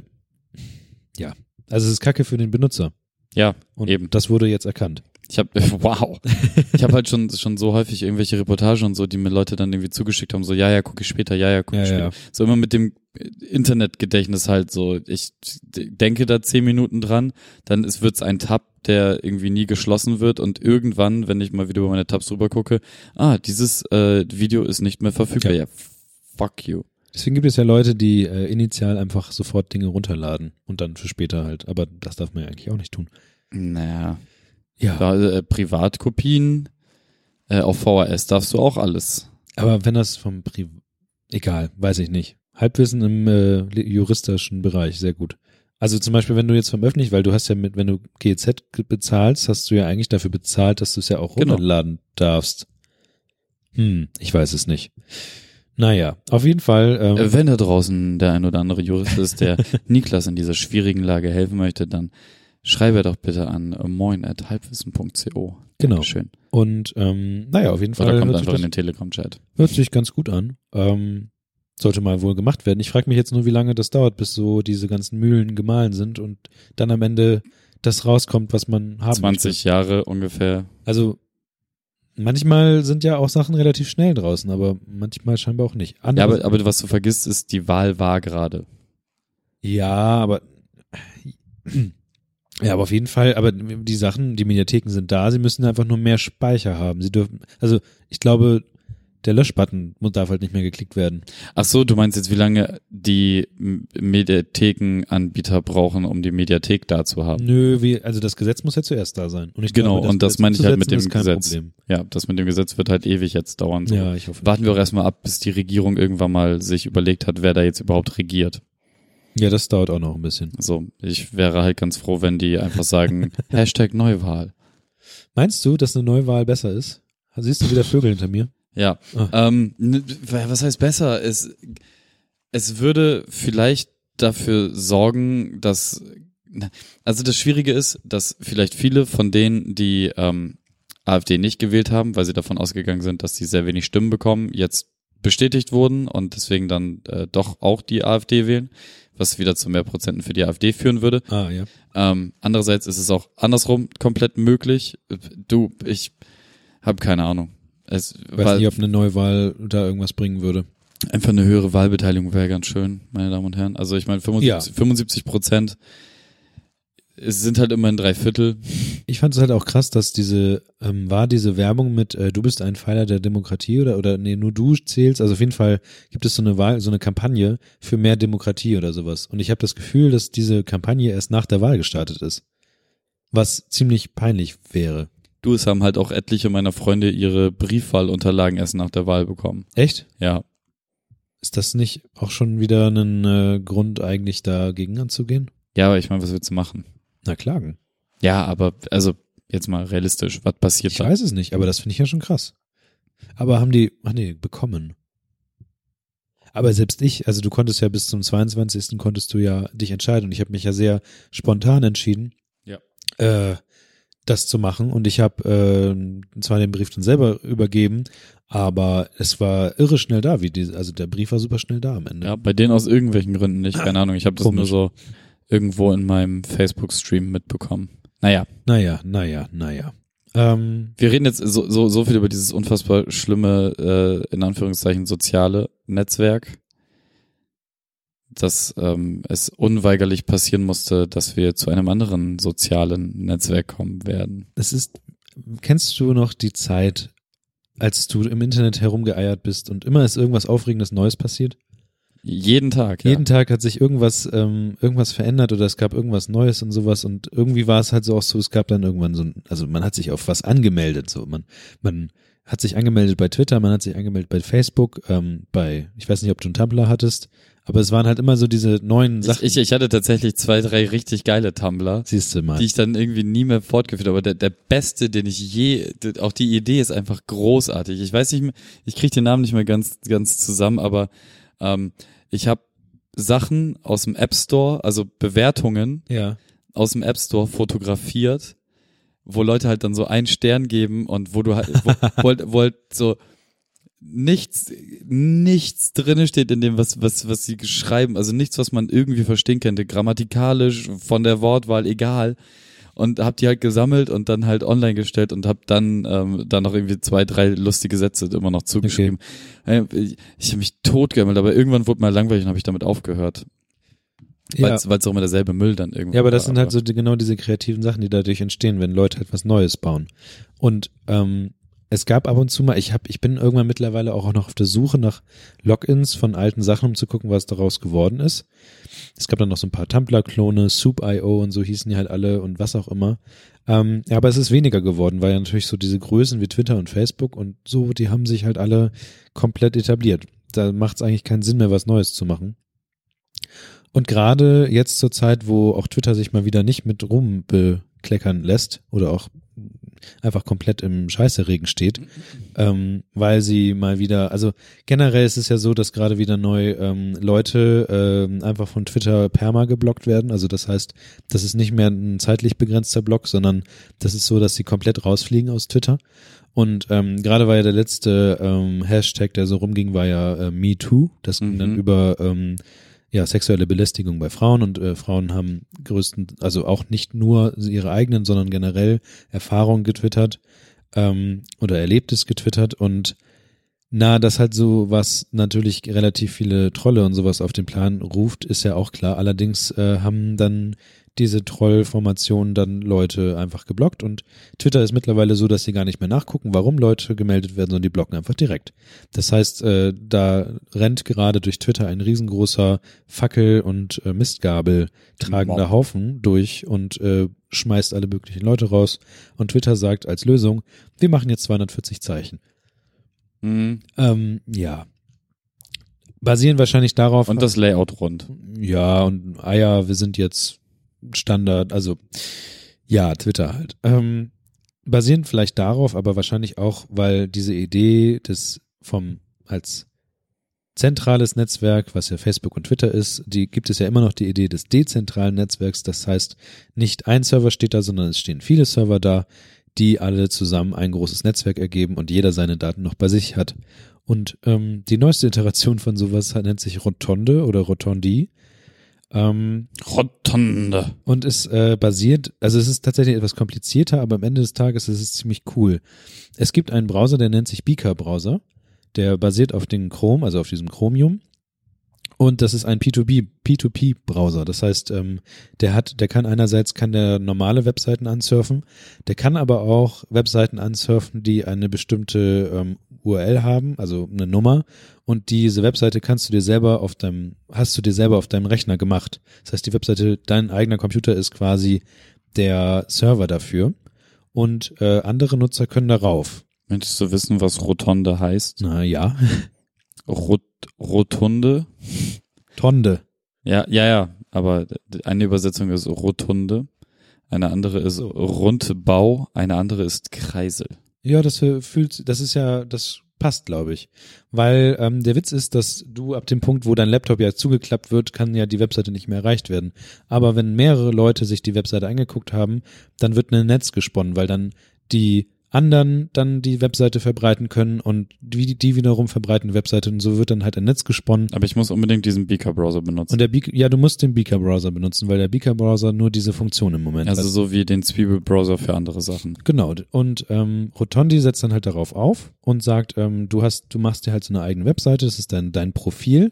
ja, also es ist Kacke für den Benutzer. Ja, Und eben. das wurde jetzt erkannt. Ich habe wow. Ich habe halt schon schon so häufig irgendwelche Reportagen und so, die mir Leute dann irgendwie zugeschickt haben, so ja, ja, gucke ich später, ja, ja, gucke Ja, ich später. ja. So immer mit dem Internetgedächtnis halt so. Ich denke da zehn Minuten dran, dann ist wird's ein Tab, der irgendwie nie geschlossen wird und irgendwann, wenn ich mal wieder über meine Tabs drüber gucke, ah, dieses äh, Video ist nicht mehr verfügbar. Ja. Ja, fuck you. Deswegen gibt es ja Leute, die äh, initial einfach sofort Dinge runterladen und dann für später halt. Aber das darf man ja eigentlich auch nicht tun. Naja, Ja. da, äh, Privatkopien äh, auf V H S darfst du auch alles. Aber wenn das vom Pri egal, weiß ich nicht. Halbwissen im äh, juristischen Bereich, sehr gut. Also zum Beispiel, wenn du jetzt vom öffentlich, weil du hast ja mit, wenn du G E Z bezahlst, hast du ja eigentlich dafür bezahlt, dass du es ja auch Genau. runterladen darfst. Hm, ich weiß es nicht. Naja, auf jeden Fall. Ähm, Äh, Wenn da draußen der ein oder andere Jurist ist, der Niklas in dieser schwierigen Lage helfen möchte, dann schreibe doch bitte an äh, moin at halbwissen punkt co. Genau. Dankeschön. und ähm, naja, auf jeden Fall Oder kommt hört sich, einfach in das, den Telegram-Chat. hört sich ganz gut an. Ähm, sollte mal wohl gemacht werden. Ich frage mich jetzt nur, wie lange das dauert, bis so diese ganzen Mühlen gemahlen sind und dann am Ende das rauskommt, was man haben zwanzig möchte. Jahre ungefähr. Also manchmal sind ja auch Sachen relativ schnell draußen, aber manchmal scheinbar auch nicht. Ja, Andere, aber, aber was du vergisst, ist, die Wahl war gerade. ja, aber ja, aber auf jeden Fall, aber die Sachen, die Mediatheken sind da, sie müssen einfach nur mehr Speicher haben. Sie dürfen, also ich glaube, der Löschbutton darf halt nicht mehr geklickt werden. Ach so, du meinst jetzt, wie lange die M- Mediathekenanbieter brauchen, um die Mediathek da zu haben? Nö, wie, also das Gesetz muss ja zuerst da sein. Und ich Genau, glaube, und das Gesetz meine ich halt mit umzusetzen, dem ist kein Gesetz. Problem. Ja, das mit dem Gesetz wird halt ewig jetzt dauern. So. Ja, ich hoffe. Warten wir auch erstmal ab, bis die Regierung irgendwann mal sich überlegt hat, wer da jetzt überhaupt regiert. Ja, das dauert auch noch ein bisschen. So, ich wäre halt ganz froh, wenn die einfach sagen, Hashtag Neuwahl. Meinst du, dass eine Neuwahl besser ist? Siehst du wieder Vögel hinter mir? Ja, Ah. ähm, n- was heißt besser? Es, es würde vielleicht dafür sorgen, dass, also das Schwierige ist, dass vielleicht viele von denen, die ähm, AfD nicht gewählt haben, weil sie davon ausgegangen sind, dass sie sehr wenig Stimmen bekommen, jetzt bestätigt wurden und deswegen dann äh, doch auch die AfD wählen, was wieder zu mehr Prozenten für die AfD führen würde. Ah, ja. Ähm, andererseits ist es auch andersrum komplett möglich. Du, ich habe keine Ahnung. Es weiß war, nicht, ob eine Neuwahl da irgendwas bringen würde. Einfach eine höhere Wahlbeteiligung wäre ganz schön, meine Damen und Herren. Also ich meine, fünfundsiebzig, Ja. fünfundsiebzig Prozent, es sind halt immerhin drei Viertel. Ich fand es halt auch krass, dass diese, ähm, war diese Werbung mit, äh, du bist ein Pfeiler der Demokratie oder, oder nee, nur du zählst. Also auf jeden Fall gibt es so eine Wahl, so eine Kampagne für mehr Demokratie oder sowas. Und ich habe das Gefühl, dass diese Kampagne erst nach der Wahl gestartet ist. Was ziemlich peinlich wäre. Du, es haben halt auch etliche meiner Freunde ihre Briefwahlunterlagen erst nach der Wahl bekommen. Echt? Ja. Ist das nicht auch schon wieder ein äh, Grund, eigentlich dagegen anzugehen? Ja, aber ich meine, was willst du machen? Na, klagen. Ja, aber also jetzt mal realistisch, was passiert Ich da? weiß es nicht, aber das finde ich ja schon krass. Aber haben die, ach nee, bekommen. Aber selbst ich, also du konntest ja bis zum zweiundzwanzigsten konntest du ja dich entscheiden und ich habe mich ja sehr spontan entschieden, Ja. äh, das zu machen und ich habe äh, zwar den Brief dann selber übergeben, aber es war irre schnell da, wie die, also der Brief war super schnell da am Ende. Ja, bei denen aus irgendwelchen Gründen nicht, keine Ahnung. Ich habe das Komisch. nur so irgendwo in meinem Facebook-Stream mitbekommen. Naja, Naja, naja, naja. Ähm, wir reden jetzt so, so, so viel über dieses unfassbar schlimme, äh, in Anführungszeichen, soziale Netzwerk, dass ähm, es unweigerlich passieren musste, dass wir zu einem anderen sozialen Netzwerk kommen werden. es ist, kennst du noch die Zeit, als du im Internet herumgeeiert bist und immer ist irgendwas Aufregendes Neues passiert? Jeden Tag, ja. Jeden Tag hat sich irgendwas ähm, irgendwas verändert oder es gab irgendwas Neues und sowas und irgendwie war es halt so auch so, es gab dann irgendwann so ein, also man hat sich auf was angemeldet, so man man hat sich angemeldet bei Twitter, man hat sich angemeldet bei Facebook, ähm, bei, ich weiß nicht, ob du einen Tumblr hattest, aber es waren halt immer so diese neuen Ich, Sachen. ich, ich hatte tatsächlich zwei, drei richtig geile Tumblr, Siehst du mal. die ich dann irgendwie nie mehr fortgeführt habe. Aber der, der beste, den ich je, auch die Idee ist einfach großartig. Ich weiß nicht mehr, ich kriege den Namen nicht mehr ganz, ganz zusammen, aber ähm, ich habe Sachen aus dem App Store, also Bewertungen Ja. aus dem App Store fotografiert, wo Leute halt dann so einen Stern geben und wo du halt, wo, wo, wo halt so nichts, nichts drinne steht in dem, was, was, was sie schreiben, also nichts, was man irgendwie verstehen könnte, grammatikalisch, von der Wortwahl, egal. Und hab die halt gesammelt und dann halt online gestellt und hab dann ähm, dann noch irgendwie zwei, drei lustige Sätze immer noch zugeschrieben. Okay. Ich, ich habe mich totgeämmelt, aber irgendwann wurde mal langweilig und habe ich damit aufgehört. Weil es Ja. auch immer derselbe Müll dann irgendwie Ja, aber das war, sind halt so die, genau diese kreativen Sachen, die dadurch entstehen, wenn Leute halt was Neues bauen. Und ähm, es gab ab und zu mal, ich hab, ich bin irgendwann mittlerweile auch noch auf der Suche nach Logins von alten Sachen, um zu gucken, was daraus geworden ist. Es gab dann noch so ein paar Tumblr-Klone, Soup Punkt io und so hießen die halt alle und was auch immer. Ähm, ja, aber es ist weniger geworden, weil ja natürlich so diese Größen wie Twitter und Facebook und so, die haben sich halt alle komplett etabliert. Da macht es eigentlich keinen Sinn mehr, was Neues zu machen. Und gerade jetzt zur Zeit, wo auch Twitter sich mal wieder nicht mit Ruhm bekleckern lässt oder auch einfach komplett im Scheißeregen steht, ähm, weil sie mal wieder, also generell ist es ja so, dass gerade wieder neu ähm, Leute ähm, einfach von Twitter perma geblockt werden, also das heißt, das ist nicht mehr ein zeitlich begrenzter Block, sondern das ist so, dass sie komplett rausfliegen aus Twitter und ähm, gerade war ja der letzte ähm, Hashtag, der so rumging, war ja äh, MeToo, das ging Mhm. dann über ähm, ja, sexuelle Belästigung bei Frauen und äh, Frauen haben größten, also auch nicht nur ihre eigenen, sondern generell Erfahrungen getwittert ähm, oder Erlebtes getwittert und na, dass halt so was natürlich relativ viele Trolle und sowas auf den Plan ruft, ist ja auch klar. Allerdings äh, haben dann diese Trollformationen dann Leute einfach geblockt und Twitter ist mittlerweile so, dass sie gar nicht mehr nachgucken, warum Leute gemeldet werden, sondern die blocken einfach direkt. Das heißt, äh, da rennt gerade durch Twitter ein riesengroßer Fackel- und äh, Mistgabel tragender Mob. Haufen durch und äh, schmeißt alle möglichen Leute raus und Twitter sagt als Lösung, wir machen jetzt zweihundertvierzig Zeichen. Mhm. Ähm, ja. Basieren wahrscheinlich darauf. Und das Layout rund. Ja, und ah ja, wir sind jetzt Standard, also ja, Twitter halt. Ähm, basieren vielleicht darauf, aber wahrscheinlich auch, weil diese Idee des vom als zentrales Netzwerk, was ja Facebook und Twitter ist, die gibt es ja immer noch die Idee des dezentralen Netzwerks. Das heißt, nicht ein Server steht da, sondern es stehen viele Server da, die alle zusammen ein großes Netzwerk ergeben und jeder seine Daten noch bei sich hat. Und ähm, die neueste Iteration von sowas nennt sich Rotonde oder Rotondi. Ähm, Rotonde. Und ist äh, basiert, also es ist tatsächlich etwas komplizierter, aber am Ende des Tages ist es ziemlich cool. Es gibt einen Browser, der nennt sich Beaker-Browser. Der basiert auf den Chrome, also auf diesem Chromium. Und das ist ein P zwei B, P zwei P-Browser. Das heißt, ähm, der hat, der kann einerseits kann der normale Webseiten ansurfen, der kann aber auch Webseiten ansurfen, die eine bestimmte ähm, U R L haben, also eine Nummer. Und diese Webseite kannst du dir selber auf deinem, hast du dir selber auf deinem Rechner gemacht. Das heißt, die Webseite, dein eigener Computer ist quasi der Server dafür. Und äh, andere Nutzer können darauf. Möchtest du wissen, was Rotonde heißt? Na ja. Rot, Rotunde? Tonde. Ja, ja, ja, aber eine Übersetzung ist Rotunde, eine andere ist Rundbau, eine andere ist Kreisel. Ja, das fühlt, das ist ja, das passt, glaube ich. Weil ähm, der Witz ist, dass du ab dem Punkt, wo dein Laptop ja zugeklappt wird, kann ja die Webseite nicht mehr erreicht werden. Aber wenn mehrere Leute sich die Webseite angeguckt haben, dann wird ein Netz gesponnen, weil dann die anderen dann die Webseite verbreiten können und die, die wiederum verbreiten die Webseite und so wird dann halt ein Netz gesponnen. Aber ich muss unbedingt diesen Beaker-Browser benutzen. Und der Beaker, ja, du musst den Beaker-Browser benutzen, weil der Beaker-Browser nur diese Funktion im Moment also hat. Also so wie den Zwiebel-Browser für andere Sachen. Genau. Und ähm, Rotondi setzt dann halt darauf auf und sagt, ähm, du hast, du machst dir halt so eine eigene Webseite, das ist dann dein Profil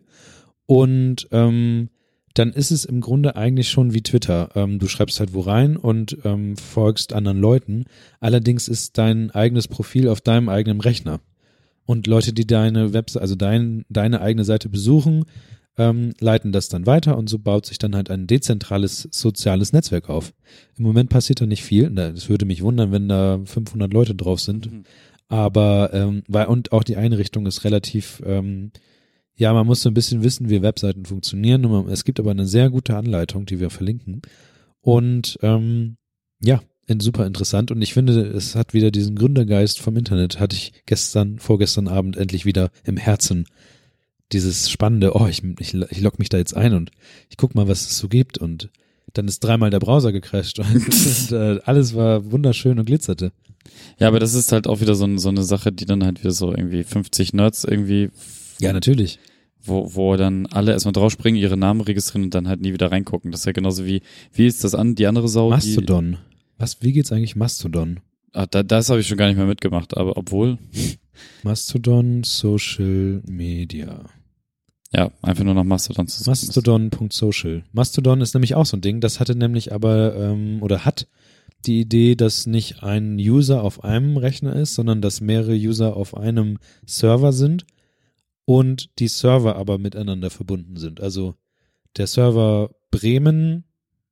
und ähm, dann ist es im Grunde eigentlich schon wie Twitter. Ähm, du schreibst halt wo rein und ähm, folgst anderen Leuten. Allerdings ist dein eigenes Profil auf deinem eigenen Rechner. Und Leute, die deine Webseite, also dein, deine eigene Seite besuchen, ähm, leiten das dann weiter und so baut sich dann halt ein dezentrales soziales Netzwerk auf. Im Moment passiert da nicht viel. Es würde mich wundern, wenn da fünfhundert Leute drauf sind. Mhm. Aber, ähm, weil, und auch die Einrichtung ist relativ, ähm, ja, man muss so ein bisschen wissen, wie Webseiten funktionieren. Und man, es gibt aber eine sehr gute Anleitung, die wir verlinken. Und ähm, ja, super interessant. Und ich finde, es hat wieder diesen Gründergeist vom Internet. Hatte ich gestern, vorgestern Abend endlich wieder im Herzen. Dieses spannende, oh, ich, ich, ich logge mich da jetzt ein und ich guck mal, was es so gibt. Und dann ist dreimal der Browser gecrasht und, und äh, alles war wunderschön und glitzerte. Ja, aber das ist halt auch wieder so, so eine Sache, die dann halt wieder so irgendwie fünfzig Nerds irgendwie ja, natürlich. Wo, wo dann alle erstmal draufspringen, ihre Namen registrieren und dann halt nie wieder reingucken. Das ist ja genauso wie, wie ist das an, die andere Sau? Mastodon. Die, Was, wie geht's eigentlich Mastodon? Ah, da, das habe ich schon gar nicht mehr mitgemacht, aber obwohl. Mastodon Social Media. Ja, einfach nur nach Mastodon zu suchen. Mastodon Punkt social. Mastodon ist nämlich auch so ein Ding, das hatte nämlich aber, ähm, oder hat die Idee, dass nicht ein User auf einem Rechner ist, sondern dass mehrere User auf einem Server sind. Und die Server aber miteinander verbunden sind. Also der Server Bremen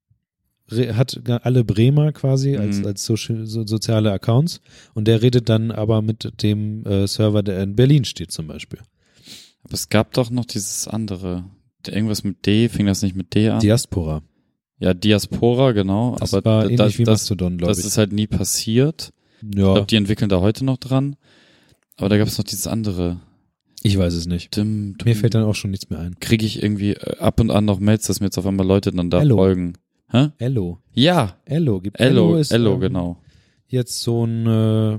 hat alle Bremer quasi als, mhm. als social, so, soziale Accounts und der redet dann aber mit dem äh, Server, der in Berlin steht zum Beispiel. Aber es gab doch noch dieses andere, irgendwas mit D, fing das nicht mit D an? Diaspora. Ja, Diaspora, genau. Das aber war da, ähnlich das, wie Mastodon, glaube ich. Das ist halt nie passiert. Ja. Ich glaube, die entwickeln da heute noch dran. Aber da gab es noch dieses andere. Ich weiß es nicht. Dim, dim, mir fällt dann auch schon nichts mehr ein. Kriege ich irgendwie ab und an noch Mails, dass mir jetzt auf einmal Leute dann da Ello. folgen. Hä? Ello. Ja. Ello. Gibt Ello, Ello, ist, Ello ähm, genau. Jetzt so ein, äh,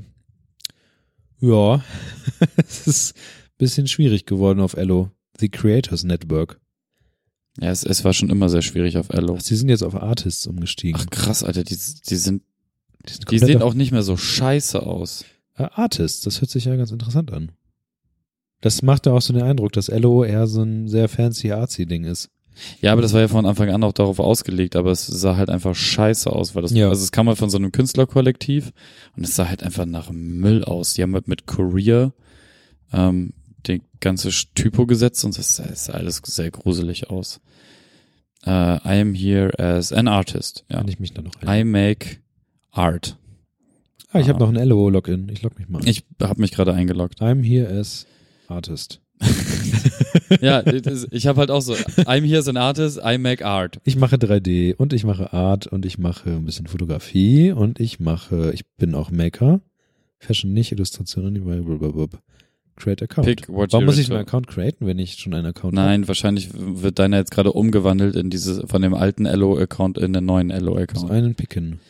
ja, es ist ein bisschen schwierig geworden auf Ello. The Creators Network. Ja, es, es war schon immer sehr schwierig auf Ello. Ach, sie sind jetzt auf Artists umgestiegen. Ach krass, Alter, die, die sind, die, sind die sehen auch nicht mehr so scheiße aus. Äh, Artists, das hört sich ja ganz interessant an. Das macht ja auch so den Eindruck, dass Ello eher so ein sehr fancy artsy-Ding ist. Ja, aber das war ja von Anfang an auch darauf ausgelegt, aber es sah halt einfach scheiße aus, weil das, ja. also es kam halt von so einem Künstlerkollektiv und es sah halt einfach nach Müll aus. Die haben halt mit Courier ähm, die ganze Typo gesetzt und es sah alles sehr gruselig aus. Uh, I am here as an artist. Ja. Kann ich mich da noch I make art. Ah, ich habe noch ein Ello-Login. Ich log mich mal ein. Ich habe mich gerade eingeloggt. I'm here as artist. Ja, ich habe halt auch so, I'm here as an artist, I make art. Ich mache drei D und ich mache Art und ich mache ein bisschen Fotografie und ich mache, ich bin auch Maker. Fashion nicht, Illustration nicht, blablabla. Create Account. Pick what Warum you muss ich return. einen Account createn, wenn ich schon einen Account Nein, habe? wahrscheinlich wird deiner jetzt gerade umgewandelt in diese, von dem alten Ello-Account in den neuen Ello-Account. Einen picken.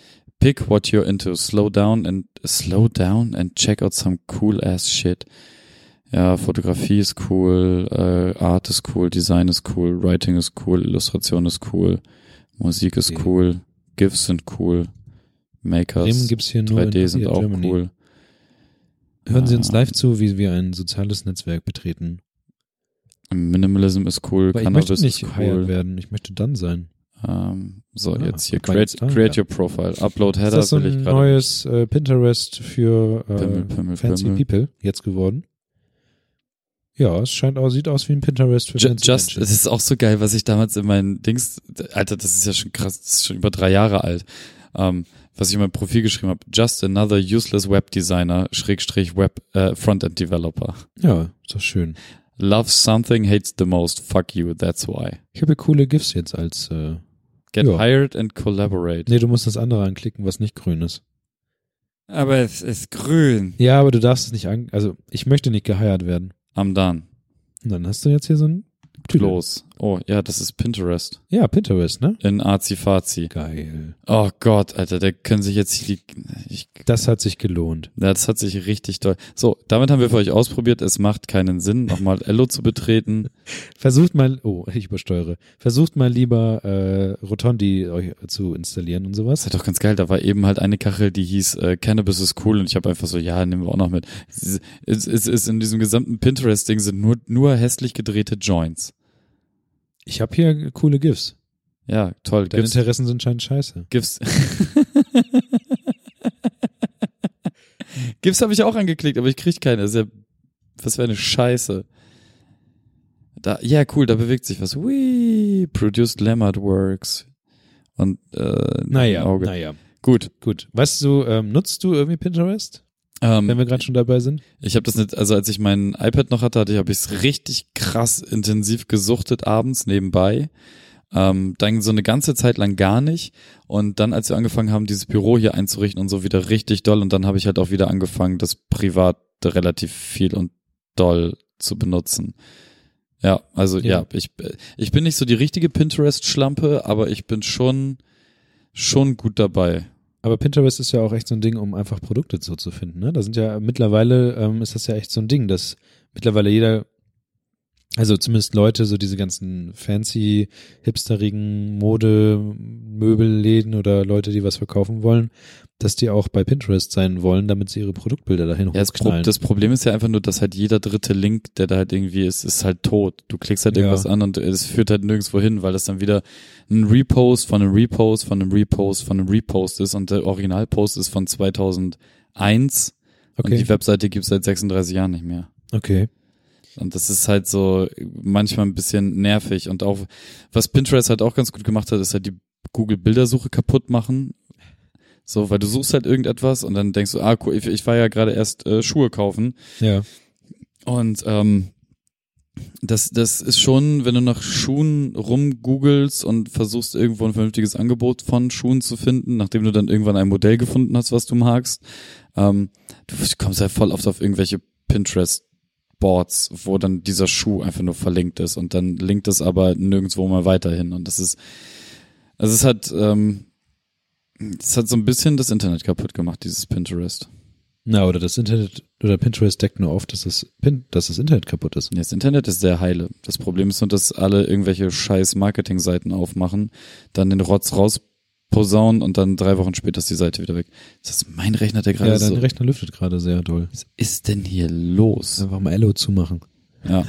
Pick what you're into. Slow down and slow down and check out some cool ass shit. Ja, Fotografie ist cool, äh, Art ist cool, Design ist cool, Writing ist cool, Illustration ist cool, Musik ist okay. cool, GIFs sind cool, Makers, gibt's hier nur drei D in sind auch Germany. cool. Hören Sie Ja. uns live zu, wie wir ein soziales Netzwerk betreten. Minimalism ist cool, Aber ich Cannabis möchte nicht ist geheiert cool. werden, ich möchte dann sein. Ähm, so, Ah, jetzt hier, guck mal, create, jetzt da, create ja. your profile, upload Ist header das so will ich ein gerade. neues äh, Pinterest für äh, Pimmel, Pimmel, Fancy Pimmel. People jetzt geworden? Ja, es scheint auch, sieht aus wie ein Pinterest für Ju- Fancy Just, Menschen. es ist auch so geil, was ich damals in meinen Dings, Alter, das ist ja schon krass, das ist schon über drei Jahre alt, ähm, was ich in meinem Profil geschrieben habe. Just another useless web designer, Schrägstrich Web, äh, Frontend Developer. Ja, ist doch schön. Loves something, hates the most, fuck you, that's why. Ich habe hier coole GIFs jetzt als, äh, Get Ja. hired and collaborate. nee, du musst das andere anklicken, was nicht grün ist. Aber es ist grün. Ja, aber du darfst es nicht an, also ich möchte nicht geheiert werden. I'm done. Und dann hast du jetzt hier so ein Tüdel. Los. Oh, ja, das ist Pinterest. Ja, Pinterest, ne? In Azi-Fazi. Geil. Oh Gott, Alter, da können sich jetzt die, ich, Das hat sich gelohnt. ja, das hat sich richtig toll. So, damit haben wir für euch ausprobiert. Es macht keinen Sinn, nochmal Ello zu betreten. Versucht mal, oh, ich übersteuere. Versucht mal lieber äh, Rotondi euch zu installieren und Das sowas. ist halt doch ganz geil. Da war eben halt eine Kachel, die hieß äh, Cannabis ist cool und ich habe einfach so, ja, nehmen wir auch noch mit. Es ist, es ist in diesem gesamten Pinterest-Ding sind nur, nur hässlich gedrehte Joints. Ich habe hier coole GIFs. Ja, toll. Deine Gibt's, Interessen sind scheinend scheiße. gibt's. Gibt's habe ich auch angeklickt, aber ich krieg keine. Das ist ja, was für eine Scheiße. Da, ja, cool, da bewegt sich was. Whee, produced Lamart Works. Und, äh, Naja, Auge. naja. Gut. Gut. Weißt du, ähm, nutzt du irgendwie Pinterest, Ähm, wenn wir gerade schon dabei sind? Ich habe das nicht, also als ich mein iPad noch hatte, hatte ich, habe ich es richtig krass intensiv gesuchtet abends nebenbei. Ähm, dann so eine ganze Zeit lang gar nicht. Und dann, als wir angefangen haben, dieses Büro hier einzurichten und so, wieder richtig doll. Und dann habe ich halt auch wieder angefangen, das privat relativ viel und doll zu benutzen. Ja, also ja, Ja. ich ich bin nicht so die richtige Pinterest-Schlampe, aber ich bin schon schon gut dabei. Aber Pinterest ist ja auch echt so ein Ding, um einfach Produkte so zu finden. Ne? Da sind ja mittlerweile, ähm, ist das ja echt so ein Ding, dass mittlerweile jeder, also zumindest Leute, so diese ganzen fancy, hipsterigen Mode-Möbelläden oder Leute, die was verkaufen wollen, dass die auch bei Pinterest sein wollen, damit sie ihre Produktbilder dahin Ja, das, Pro hochknallen. das Problem ist ja einfach nur, dass halt jeder dritte Link, der da halt irgendwie ist, ist halt tot. Du klickst halt Ja. irgendwas an und es führt halt nirgendwo hin, weil das dann wieder ein Repost von einem Repost von einem Repost von einem Repost ist und der Originalpost ist von zweitausendeins und Okay. die Webseite gibt's seit sechsunddreißig Jahren nicht mehr. Okay. Und das ist halt so manchmal ein bisschen nervig. Und auch, was Pinterest halt auch ganz gut gemacht hat, ist halt die Google-Bildersuche kaputt machen. So, weil du suchst halt irgendetwas und dann denkst du, ah, cool, ich, ich war ja gerade erst äh, Schuhe kaufen. Ja. Und ähm, das, das ist schon, wenn du nach Schuhen rumgoogelst und versuchst irgendwo ein vernünftiges Angebot von Schuhen zu finden, nachdem du dann irgendwann ein Modell gefunden hast, was du magst, ähm, du kommst halt voll oft auf irgendwelche Pinterest-Boards, wo dann dieser Schuh einfach nur verlinkt ist und dann linkt es aber nirgendwo mal weiterhin. Und das ist, also es hat, ähm, es hat so ein bisschen das Internet kaputt gemacht, dieses Pinterest. Na, oder das Internet, oder Pinterest deckt nur auf, dass das, Pin, dass das Internet kaputt ist. Ja, das Internet ist sehr heile. Das Problem ist nur, dass alle irgendwelche scheiß Marketingseiten aufmachen, dann den Rotz rausposaunen und dann drei Wochen später ist die Seite wieder weg. Ist das mein Rechner, der gerade Ja, dein so... Rechner lüftet gerade sehr doll. Was ist denn hier los? Einfach mal Ello zumachen. Ja,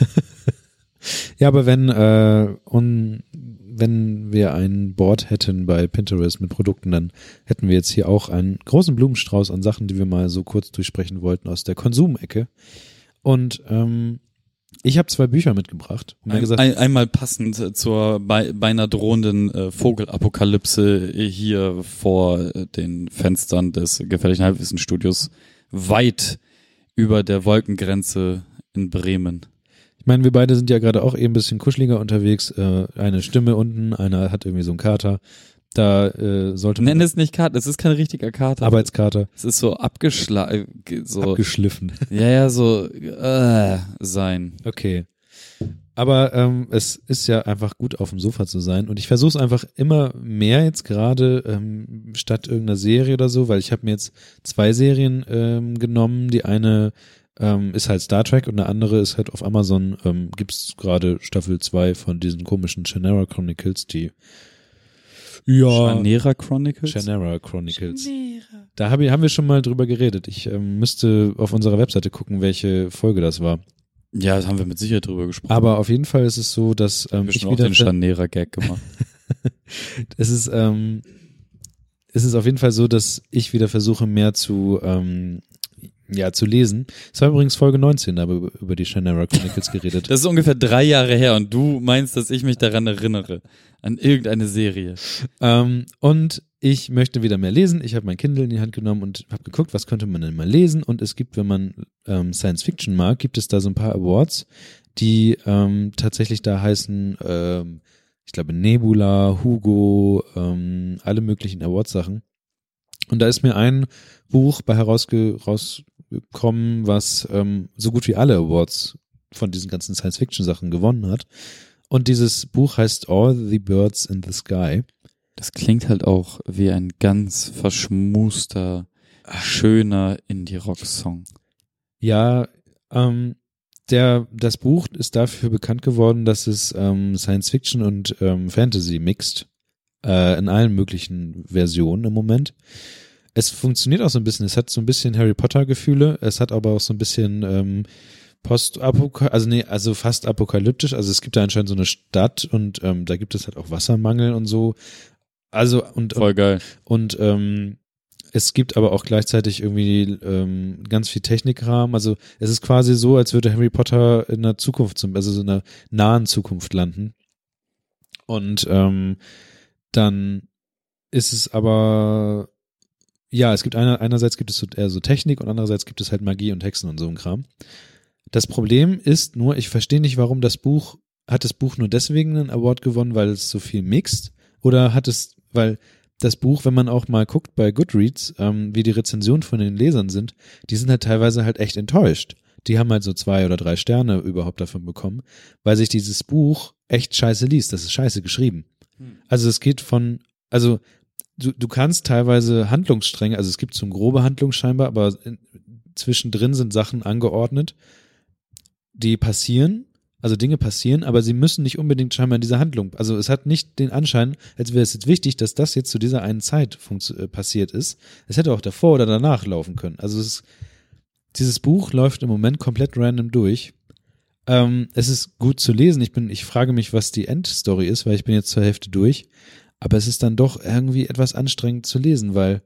Ja, aber wenn, äh, un, wenn wir ein Board hätten bei Pinterest mit Produkten, dann hätten wir jetzt hier auch einen großen Blumenstrauß an Sachen, die wir mal so kurz durchsprechen wollten aus der Konsumecke. Und ähm, ich habe zwei Bücher mitgebracht. Und mir ein, gesagt, ein, einmal passend zur bei, beinahe drohenden äh, Vogelapokalypse hier vor äh, den Fenstern des gefährlichen Halbwissenstudios weit über der Wolkengrenze in Bremen. ich meine, wir beide sind ja gerade auch eben ein bisschen kuscheliger unterwegs. Äh, eine Stimme unten, einer hat irgendwie so einen Kater. Da äh, sollte man Nenn es nicht Kater, es ist kein richtiger Kater. Arbeitskater Es ist so abgeschlagen, so, abgeschliffen. ja, ja, so, äh, sein. Okay. Aber ähm, es ist ja einfach gut, auf dem Sofa zu sein. Und ich versuche es einfach immer mehr jetzt gerade, ähm, statt irgendeiner Serie oder so, weil ich habe mir jetzt zwei Serien ähm, genommen. Die eine ähm, ist halt Star Trek und eine andere ist halt auf Amazon, ähm, gibt's gerade Staffel zwei von diesen komischen Shannara Chronicles, die ja, Shannara Chronicles? Shannara Chronicles. Shannara. Da hab ich, haben wir schon mal drüber geredet. Ich ähm, müsste auf unserer Webseite gucken, welche Folge das war. Ja, das haben wir mit Sicherheit drüber gesprochen. Aber auf jeden Fall ist es so, dass ähm, ich ich auch wieder den Shannara-Gag gemacht. es ist ähm, es ist auf jeden Fall so, dass ich wieder versuche, mehr zu ähm, ja zu lesen. Es war übrigens Folge neunzehn, da haben wir über die Shannara Chronicles geredet. Das ist ungefähr drei Jahre her und du meinst, dass ich mich daran erinnere. An irgendeine Serie. Ähm, und ich möchte wieder mehr lesen. Ich habe mein Kindle in die Hand genommen und habe geguckt, was könnte man denn mal lesen. Und es gibt, wenn man ähm, Science Fiction mag, gibt es da so ein paar Awards, die ähm, tatsächlich da heißen, ähm, ich glaube Nebula, Hugo, ähm, alle möglichen Awards-Sachen. Und da ist mir ein Buch bei herausge- rausgekommen, was ähm, so gut wie alle Awards von diesen ganzen Science-Fiction-Sachen gewonnen hat. Und dieses Buch heißt All the Birds in the Sky. Das klingt halt auch wie ein ganz verschmuster, schöner Indie-Rock-Song. Ja, ähm, der, das Buch ist dafür bekannt geworden, dass es ähm, Science Fiction und ähm, Fantasy mixt, äh, in allen möglichen Versionen im Moment. Es funktioniert auch so ein bisschen, es hat so ein bisschen Harry Potter Gefühle, es hat aber auch so ein bisschen ähm, Post-Apokalyptisch, also nee, also fast apokalyptisch, also es gibt da anscheinend so eine Stadt und ähm, da gibt es halt auch Wassermangel und so. Also und Voll und, geil. Und ähm, es gibt aber auch gleichzeitig irgendwie ähm, ganz viel Technikrahmen. Also es ist quasi so, als würde Harry Potter in der Zukunft, zum, also so in einer nahen Zukunft landen. Und ähm, dann ist es aber, ja, es gibt einer, einerseits gibt es so, eher so Technik und andererseits gibt es halt Magie und Hexen und so ein Kram. Das Problem ist nur, ich verstehe nicht, warum das Buch, hat das Buch nur deswegen einen Award gewonnen, weil es so viel mixt? Oder hat es, weil das Buch, wenn man auch mal guckt bei Goodreads, ähm, wie die Rezensionen von den Lesern sind, die sind halt teilweise halt echt enttäuscht. Die haben halt so zwei oder drei Sterne überhaupt davon bekommen, weil sich dieses Buch echt scheiße liest. Das ist scheiße geschrieben. Hm. Also es geht von, also du, du kannst teilweise Handlungsstränge, also es gibt so eine grobe Handlung scheinbar, aber in, zwischendrin sind Sachen angeordnet, die passieren, also Dinge passieren, aber sie müssen nicht unbedingt scheinbar in dieser Handlung, also es hat nicht den Anschein, als wäre es jetzt wichtig, dass das jetzt zu dieser einen Zeit funktio- äh, passiert ist. Es hätte auch davor oder danach laufen können. Also es ist, dieses Buch läuft im Moment komplett random durch. Ähm, es ist gut zu lesen. Ich bin, ich frage mich, was die Endstory ist, weil ich bin jetzt zur Hälfte durch. Aber es ist dann doch irgendwie etwas anstrengend zu lesen, weil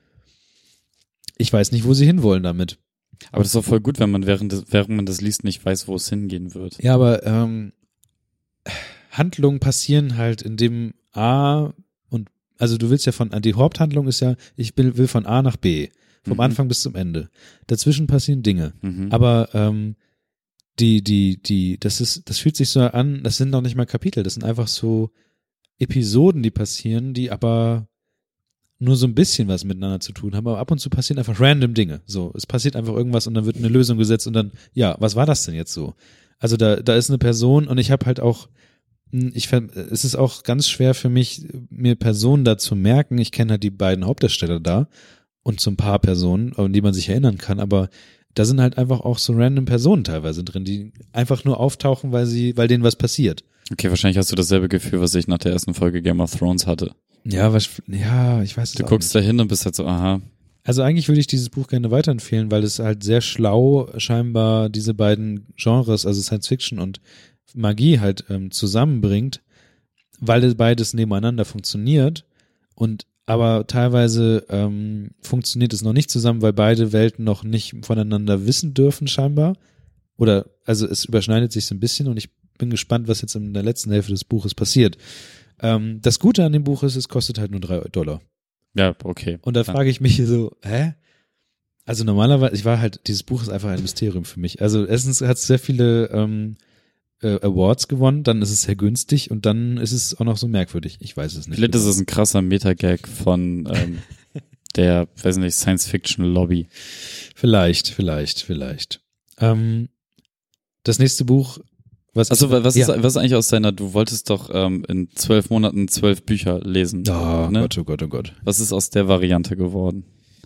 ich weiß nicht, wo sie hinwollen damit. Aber das ist auch voll gut, wenn man während, des, während man das liest nicht weiß, wo es hingehen wird. Ja, aber ähm, Handlungen passieren halt in dem A und, also du willst ja von, die Haupthandlung ist ja, ich will, will von A nach B, vom Mhm. Anfang bis zum Ende. Dazwischen passieren Dinge. Mhm. Aber ähm, die, die, die, das ist, das fühlt sich so an, das sind noch nicht mal Kapitel, das sind einfach so Episoden, die passieren, die aber nur so ein bisschen was miteinander zu tun haben, aber ab und zu passieren einfach random Dinge. So, es passiert einfach irgendwas und dann wird eine Lösung gesetzt und dann, ja, was war das denn jetzt so? Also da, da ist eine Person und ich habe halt auch, ich, es ist auch ganz schwer für mich, mir Personen da zu merken. Ich kenne halt die beiden Hauptdarsteller da und so ein paar Personen, an die man sich erinnern kann, aber da sind halt einfach auch so random Personen teilweise drin, die einfach nur auftauchen, weil sie, weil denen was passiert. Okay, wahrscheinlich hast du dasselbe Gefühl, was ich nach der ersten Folge Game of Thrones hatte. Ja, was, ja, ich weiß es Du auch guckst nicht. da hin und bist halt so, aha. Also eigentlich würde ich dieses Buch gerne weiterempfehlen, weil es halt sehr schlau scheinbar diese beiden Genres, also Science Fiction und Magie halt ähm, zusammenbringt, weil beides nebeneinander funktioniert und aber teilweise ähm, funktioniert es noch nicht zusammen, weil beide Welten noch nicht voneinander wissen dürfen scheinbar. Oder, also es überschneidet sich so ein bisschen und ich bin gespannt, was jetzt in der letzten Hälfte des Buches passiert. Ähm, das Gute an dem Buch ist, es kostet halt nur drei Dollar. Ja, okay. Und da Dann- frage ich mich so, hä? Also normalerweise, ich war halt, dieses Buch ist einfach ein Mysterium für mich. Also erstens hat es sehr viele ähm, äh, Awards gewonnen, dann ist es sehr günstig und dann ist es auch noch so merkwürdig. Ich weiß es nicht. Vielleicht ist es ein krasser Metagag von ähm, der, weiß nicht, Science-Fiction-Lobby. Vielleicht, vielleicht, vielleicht. Ähm, das nächste Buch Was Also ist, was ja. ist was ist eigentlich aus deiner, du wolltest doch ähm, in zwölf Monaten zwölf Bücher lesen. Oh ne? Gott, oh Gott, oh Gott. Was ist aus der Variante geworden?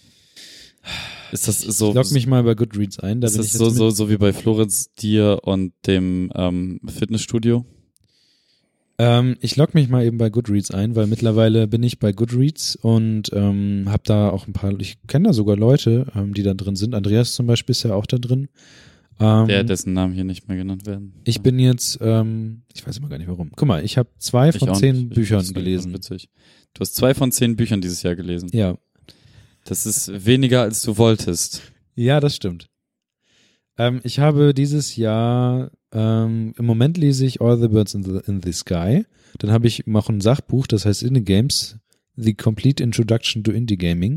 Ist das so? Ich log mich mal bei Goodreads ein. Da ist bin das ich jetzt so, mit- so, so wie bei Florenz, dir und dem ähm, Fitnessstudio? Ähm, ich log mich mal eben bei Goodreads ein, weil mittlerweile bin ich bei Goodreads und ähm, habe da auch ein paar, ich kenne da sogar Leute, ähm, die da drin sind. Andreas zum Beispiel ist ja auch da drin. Ähm, Der, dessen Namen hier nicht mehr genannt werden. ich bin jetzt, ähm, ich weiß immer gar nicht warum. Guck mal, ich habe zwei Ich von auch zehn nicht. Ich- Büchern das ist gelesen. Witzig. Du hast zwei von zehn Büchern dieses Jahr gelesen. Ja, Das ist weniger, als du wolltest. ja, das stimmt. Ähm, ich habe dieses Jahr, ähm, im Moment lese ich All the Birds in the, in the Sky. Dann habe ich noch ein Sachbuch, das heißt Indie Games, The Complete Introduction to Indie Gaming.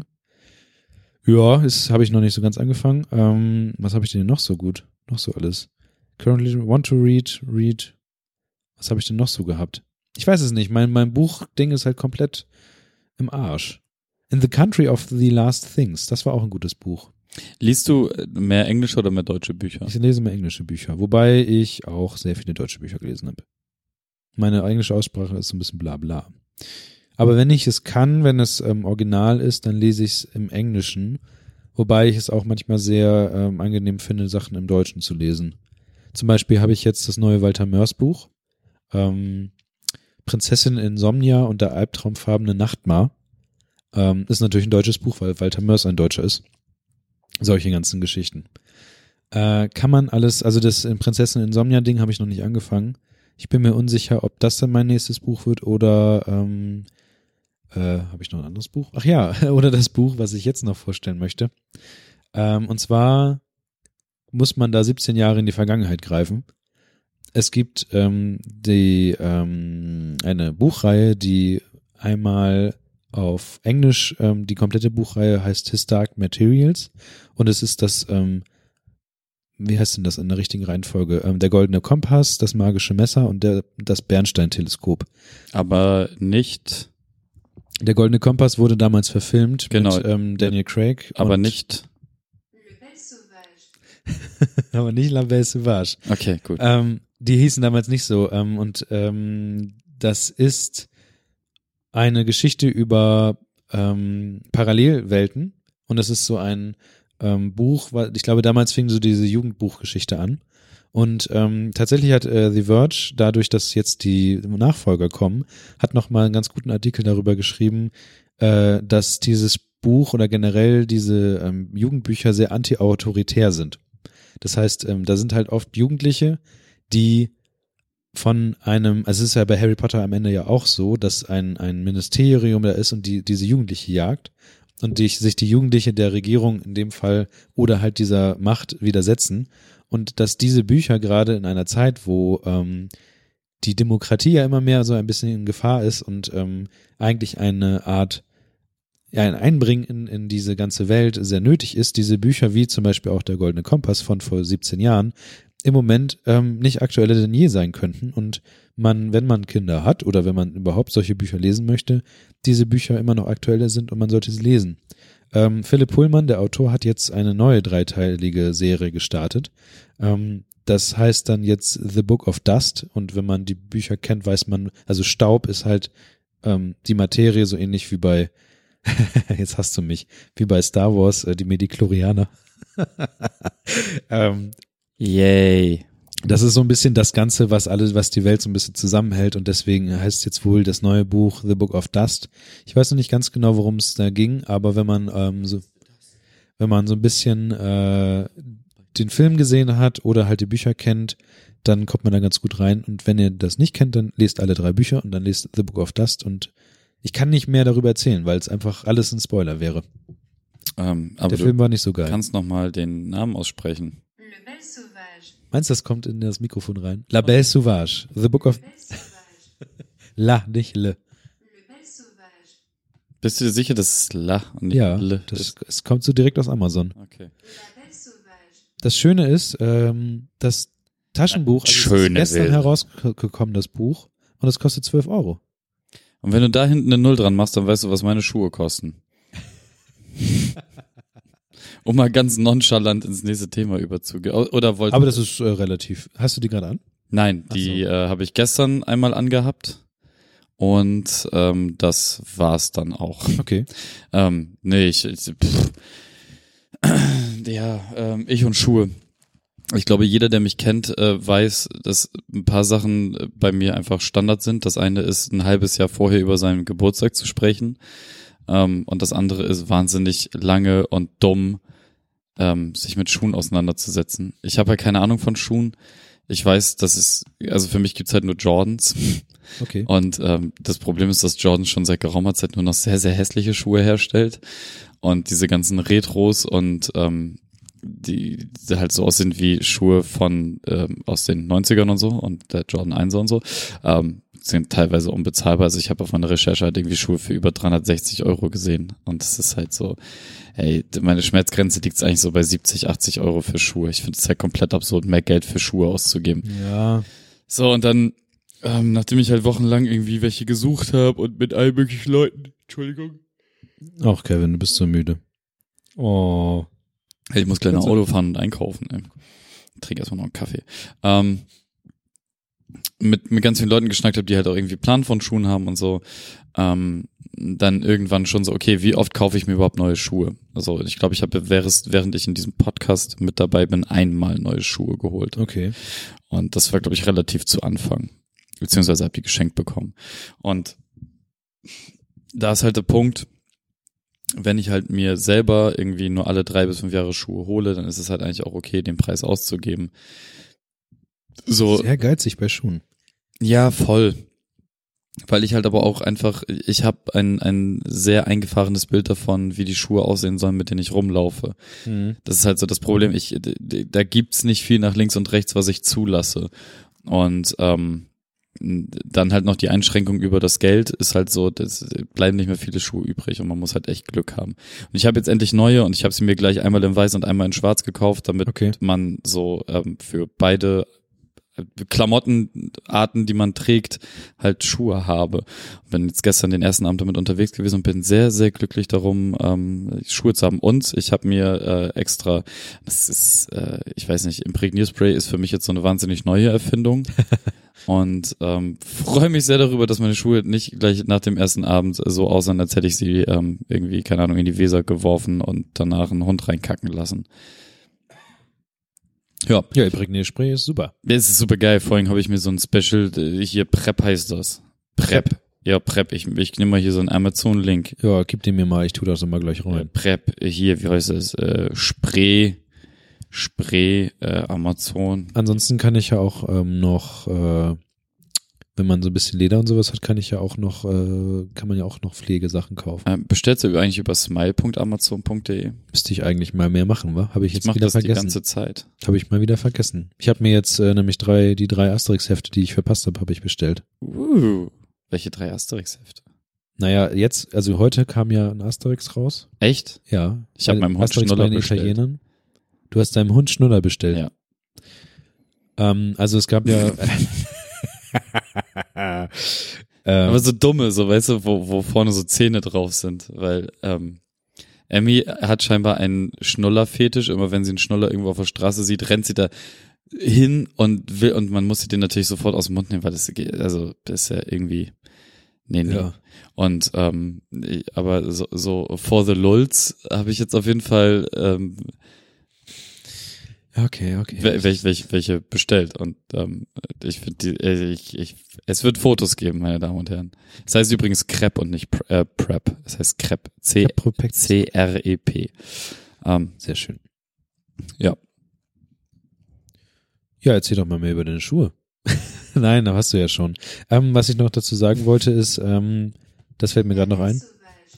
Ja, ist habe ich noch nicht so ganz angefangen. Ähm, was habe ich denn noch so gut? Noch so alles. Currently want to read, read. Was habe ich denn noch so gehabt? Ich weiß es nicht. Mein, mein Buchding ist halt komplett im Arsch. In the Country of the Last Things. Das war auch ein gutes Buch. Liest du mehr englische oder mehr deutsche Bücher? Ich lese mehr englische Bücher, wobei ich auch sehr viele deutsche Bücher gelesen habe. Meine englische Aussprache ist so ein bisschen bla bla. Aber wenn ich es kann, wenn es ähm, original ist, dann lese ich es im Englischen, wobei ich es auch manchmal sehr ähm, angenehm finde, Sachen im Deutschen zu lesen. Zum Beispiel habe ich jetzt das neue Walter Mörs Buch, ähm, Prinzessin Insomnia und der albtraumfarbene Nachtmar. Ähm, ist natürlich ein deutsches Buch, weil Walter Mörs ein Deutscher ist. Solche ganzen Geschichten. Äh, kann man alles, also das Prinzessin Insomnia Ding habe ich noch nicht angefangen. Ich bin mir unsicher, ob das dann mein nächstes Buch wird oder ähm, äh, habe ich noch ein anderes Buch? Ach ja, oder das Buch, was ich jetzt noch vorstellen möchte. Ähm, und zwar muss man da siebzehn Jahre in die Vergangenheit greifen. Es gibt ähm, die ähm, eine Buchreihe, die einmal auf Englisch, ähm, die komplette Buchreihe heißt His Dark Materials und es ist das, ähm, wie heißt denn das in der richtigen Reihenfolge? Ähm, der Goldene Kompass, das magische Messer und der, das Bernstein-Teleskop. Aber nicht, Der Goldene Kompass wurde damals verfilmt Genau. mit ähm, Daniel Craig. aber und, nicht, aber nicht La Belle Sauvage. okay, gut. Ähm, die hießen damals nicht so. Ähm, und ähm, das ist eine Geschichte über ähm, Parallelwelten. Und das ist so ein ähm, Buch, weil ich glaube, damals fing so diese Jugendbuchgeschichte an. Und ähm, tatsächlich hat äh, The Verge, dadurch, dass jetzt die Nachfolger kommen, hat nochmal einen ganz guten Artikel darüber geschrieben, äh, dass dieses Buch oder generell diese ähm, Jugendbücher sehr anti-autoritär sind. Das heißt, ähm, da sind halt oft Jugendliche, die von einem, also es ist ja bei Harry Potter am Ende ja auch so, dass ein, ein Ministerium da ist und die diese Jugendliche jagt und die, sich die Jugendliche der Regierung in dem Fall oder halt dieser Macht widersetzen und dass diese Bücher gerade in einer Zeit, wo ähm, die Demokratie ja immer mehr so ein bisschen in Gefahr ist und ähm, eigentlich eine Art ja, ein Einbringen in, in diese ganze Welt sehr nötig ist, diese Bücher wie zum Beispiel auch der Goldene Kompass von vor siebzehn Jahren im Moment ähm, nicht aktueller denn je sein könnten und man, wenn man Kinder hat oder wenn man überhaupt solche Bücher lesen möchte, diese Bücher immer noch aktueller sind und man sollte sie lesen. Ähm, Philipp Pullman, der Autor, hat jetzt eine neue dreiteilige Serie gestartet. Ähm, das heißt dann jetzt The Book of Dust und wenn man die Bücher kennt, weiß man, also Staub ist halt ähm, die Materie, so ähnlich wie bei jetzt hast du mich, wie bei Star Wars, äh, die Midichlorianer. ähm, Yay. Das ist so ein bisschen das Ganze, was alles, was die Welt so ein bisschen zusammenhält und deswegen heißt jetzt wohl das neue Buch The Book of Dust. Ich weiß noch nicht ganz genau, worum es da ging, aber wenn man ähm, so, wenn man so ein bisschen äh, den Film gesehen hat oder halt die Bücher kennt, dann kommt man da ganz gut rein und wenn ihr das nicht kennt, dann lest alle drei Bücher und dann lest The Book of Dust und ich kann nicht mehr darüber erzählen, weil es einfach alles ein Spoiler wäre. Ähm, aber Der du Film war nicht so geil. kannst noch mal den Namen aussprechen. Le Bel Sauvage. Meinst du, das kommt in das Mikrofon rein? La Belle Sauvage. The Book of... Le Bel Sauvage. La, nicht Le. Le Bel Sauvage. Bist du dir sicher, dass es La und nicht Ja, Le das, ist? es kommt so direkt aus Amazon. Okay. La Belle Sauvage. Das Schöne ist, ähm, das Taschenbuch also es Schöne ist gestern Welt. herausgekommen, das Buch, und es kostet zwölf Euro. Und wenn du da hinten eine Null dran machst, dann weißt du, was meine Schuhe kosten. Um mal ganz nonchalant ins nächste Thema überzugehen. Oder wolltest Aber das ist äh, relativ. Hast du die gerade an? Nein, Ach die so. äh, habe ich gestern einmal angehabt und ähm, das war's dann auch. Okay. Ähm, nee, ich, ich pff. ja, ähm, ich und Schuhe. Ich glaube, jeder, der mich kennt, äh, weiß, dass ein paar Sachen äh, bei mir einfach Standard sind. Das eine ist, ein halbes Jahr vorher über seinen Geburtstag zu sprechen. Ähm, und das andere ist, wahnsinnig lange und dumm, ähm, sich mit Schuhen auseinanderzusetzen. Ich habe halt keine Ahnung von Schuhen. Ich weiß, dass es, also für mich gibt's halt nur Jordans. Okay. Und ähm, das Problem ist, dass Jordan schon seit geraumer Zeit nur noch sehr, sehr hässliche Schuhe herstellt. Und diese ganzen Retros und ähm, die, die halt so aussehen wie Schuhe von ähm, aus den neunzigern und so und der Jordan Einser und so, ähm, sind teilweise unbezahlbar. Also ich habe auf meiner Recherche halt irgendwie Schuhe für über dreihundertsechzig Euro gesehen. Und das ist halt so, ey, meine Schmerzgrenze liegt eigentlich so bei siebzig, achtzig Euro für Schuhe. Ich finde es halt komplett absurd, mehr Geld für Schuhe auszugeben. Ja. So, und dann, ähm, nachdem ich halt wochenlang irgendwie welche gesucht habe und mit allen möglichen Leuten, Entschuldigung. Auch Kevin, du bist so müde. Oh. Hey, ich muss gleich nach Kannst du- Auto fahren und einkaufen. Ey. Trinke erstmal noch einen Kaffee. Ähm, mit, mit ganz vielen Leuten geschnackt habe, die halt auch irgendwie Plan von Schuhen haben und so. Ähm, dann irgendwann schon so, okay, wie oft kaufe ich mir überhaupt neue Schuhe? Also ich glaube, ich habe, während ich in diesem Podcast mit dabei bin, einmal neue Schuhe geholt. Okay. Und das war, glaube ich, relativ zu Anfang. Beziehungsweise habe die geschenkt bekommen. Und da ist halt der Punkt, wenn ich halt mir selber irgendwie nur alle drei bis fünf Jahre Schuhe hole, dann ist es halt eigentlich auch okay, den Preis auszugeben. So, Sehr geizig bei Schuhen. ja, voll. Weil ich halt aber auch einfach, ich habe ein ein sehr eingefahrenes Bild davon, wie die Schuhe aussehen sollen, mit denen ich rumlaufe. Mhm. Das ist halt so das Problem. Ich, da gibt's nicht viel nach links und rechts, was ich zulasse. Und ähm, dann halt noch die Einschränkung über das Geld ist halt so, das bleiben nicht mehr viele Schuhe übrig und man muss halt echt Glück haben. Und ich habe jetzt endlich neue und ich habe sie mir gleich einmal in weiß und einmal in schwarz gekauft, damit Okay. man so ähm, für beide Klamottenarten, die man trägt, halt Schuhe habe. Bin jetzt gestern den ersten Abend damit unterwegs gewesen und bin sehr, sehr glücklich darum, ähm, Schuhe zu haben. Und ich habe mir äh, extra, das ist, äh, ich weiß nicht, Imprägnierspray ist für mich jetzt so eine wahnsinnig neue Erfindung. Und ähm, freue mich sehr darüber, dass meine Schuhe nicht gleich nach dem ersten Abend so aussehen, als hätte ich sie ähm, irgendwie, keine Ahnung, in die Weser geworfen und danach einen Hund reinkacken lassen. Ja. Ja, Imprägnierspray ist super. Es ist super geil. Vorhin habe ich mir so ein Special, äh, hier Prep heißt das. Prep. Ja, Prep. Ich, ich nehme mal hier so einen Amazon-Link. Ja, gib den mir mal, ich tu das immer gleich Äh, rein. Prep, hier, wie heißt das? Äh, Spray, Spray, äh, Amazon. Ansonsten kann ich ja auch ähm, noch, äh, wenn man so ein bisschen Leder und sowas hat, kann ich ja auch noch, äh, kann man ja auch noch Pflegesachen kaufen. Äh, bestellst du eigentlich über smile punkt amazon punkt de? Müsste ich eigentlich mal mehr machen, wa? Habe ich Ich jetzt mache wieder das die vergessen. ganze Zeit. Habe ich mal wieder vergessen. Ich habe mir jetzt äh, nämlich drei, die drei Asterix-Hefte, die ich verpasst habe, habe ich bestellt. Uh, welche drei Asterix-Hefte? Naja, jetzt, also heute kam ja ein Asterix raus. Echt? Ja. Ich hab Weil meinem Hund Asterix Schnuller bei den bestellt. Italienern. Du hast deinem Hund Schnuller bestellt. Ja. Ähm, also es gab ja. ähm, Aber so dumme, so weißt du, wo, wo vorne so Zähne drauf sind, weil ähm, Emmy hat scheinbar einen Schnuller-Fetisch. Immer wenn sie einen Schnuller irgendwo auf der Straße sieht, rennt sie da hin und will, und man muss sie den natürlich sofort aus dem Mund nehmen, weil das geht, also das ist ja irgendwie, nee, nee. Ja. Und ähm, aber so, so for the lulz habe ich jetzt auf jeden Fall ähm, okay, okay. wel, welch, welch, welche bestellt und ähm, ich finde die, äh, ich, ich, es wird Fotos geben, meine Damen und Herren. Es heißt übrigens Crepe und nicht Pre- äh, Prep. Es heißt Crepe. C C R E P. Ähm, Sehr schön. ja. Ja, erzähl doch mal mehr über deine Schuhe. Nein, da hast du ja schon. Ähm, was ich noch dazu sagen wollte ist, ähm, das fällt mir gerade noch ein.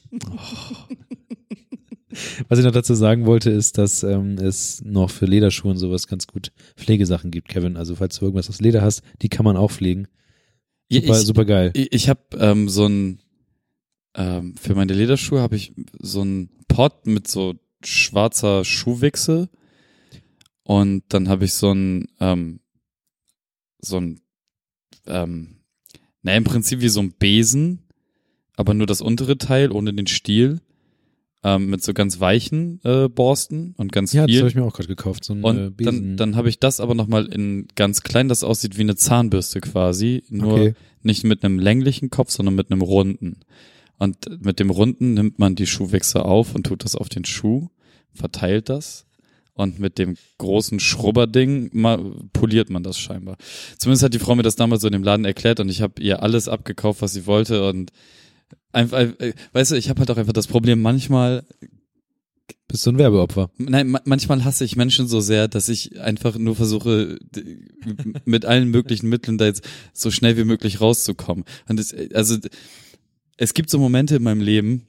Was ich noch dazu sagen wollte, ist, dass ähm, es noch für Lederschuhe und sowas ganz gut Pflegesachen gibt, Kevin. Also falls du irgendwas aus Leder hast, die kann man auch pflegen. Super, ich, super geil. Ich, ich habe ähm, so ein ähm, für meine Lederschuhe habe ich so ein Pot mit so schwarzer Schuhwichse und dann habe ich so ein ähm, so ein ähm, na im Prinzip wie so ein Besen, aber nur das untere Teil ohne den Stiel. ähm, mit so ganz weichen äh, Borsten und ganz Ja, das viel. habe ich mir auch gerade gekauft, so ein äh, Und Besen. dann, dann habe ich das aber nochmal in ganz klein, das aussieht wie eine Zahnbürste quasi, nur Okay. nicht mit einem länglichen Kopf, sondern mit einem runden. Und mit dem runden nimmt man die Schuhwichse auf und tut das auf den Schuh, verteilt das und mit dem großen Schrubberding mal poliert man das scheinbar. Zumindest hat die Frau mir das damals so in dem Laden erklärt und ich habe ihr alles abgekauft, was sie wollte und einfach, äh, weißt du, ich habe halt auch einfach das Problem, manchmal Bist du ein Werbeopfer? Nein, ma- manchmal hasse ich Menschen so sehr, dass ich einfach nur versuche, d- mit allen möglichen Mitteln da jetzt so schnell wie möglich rauszukommen. Und es, also, es gibt so Momente in meinem Leben,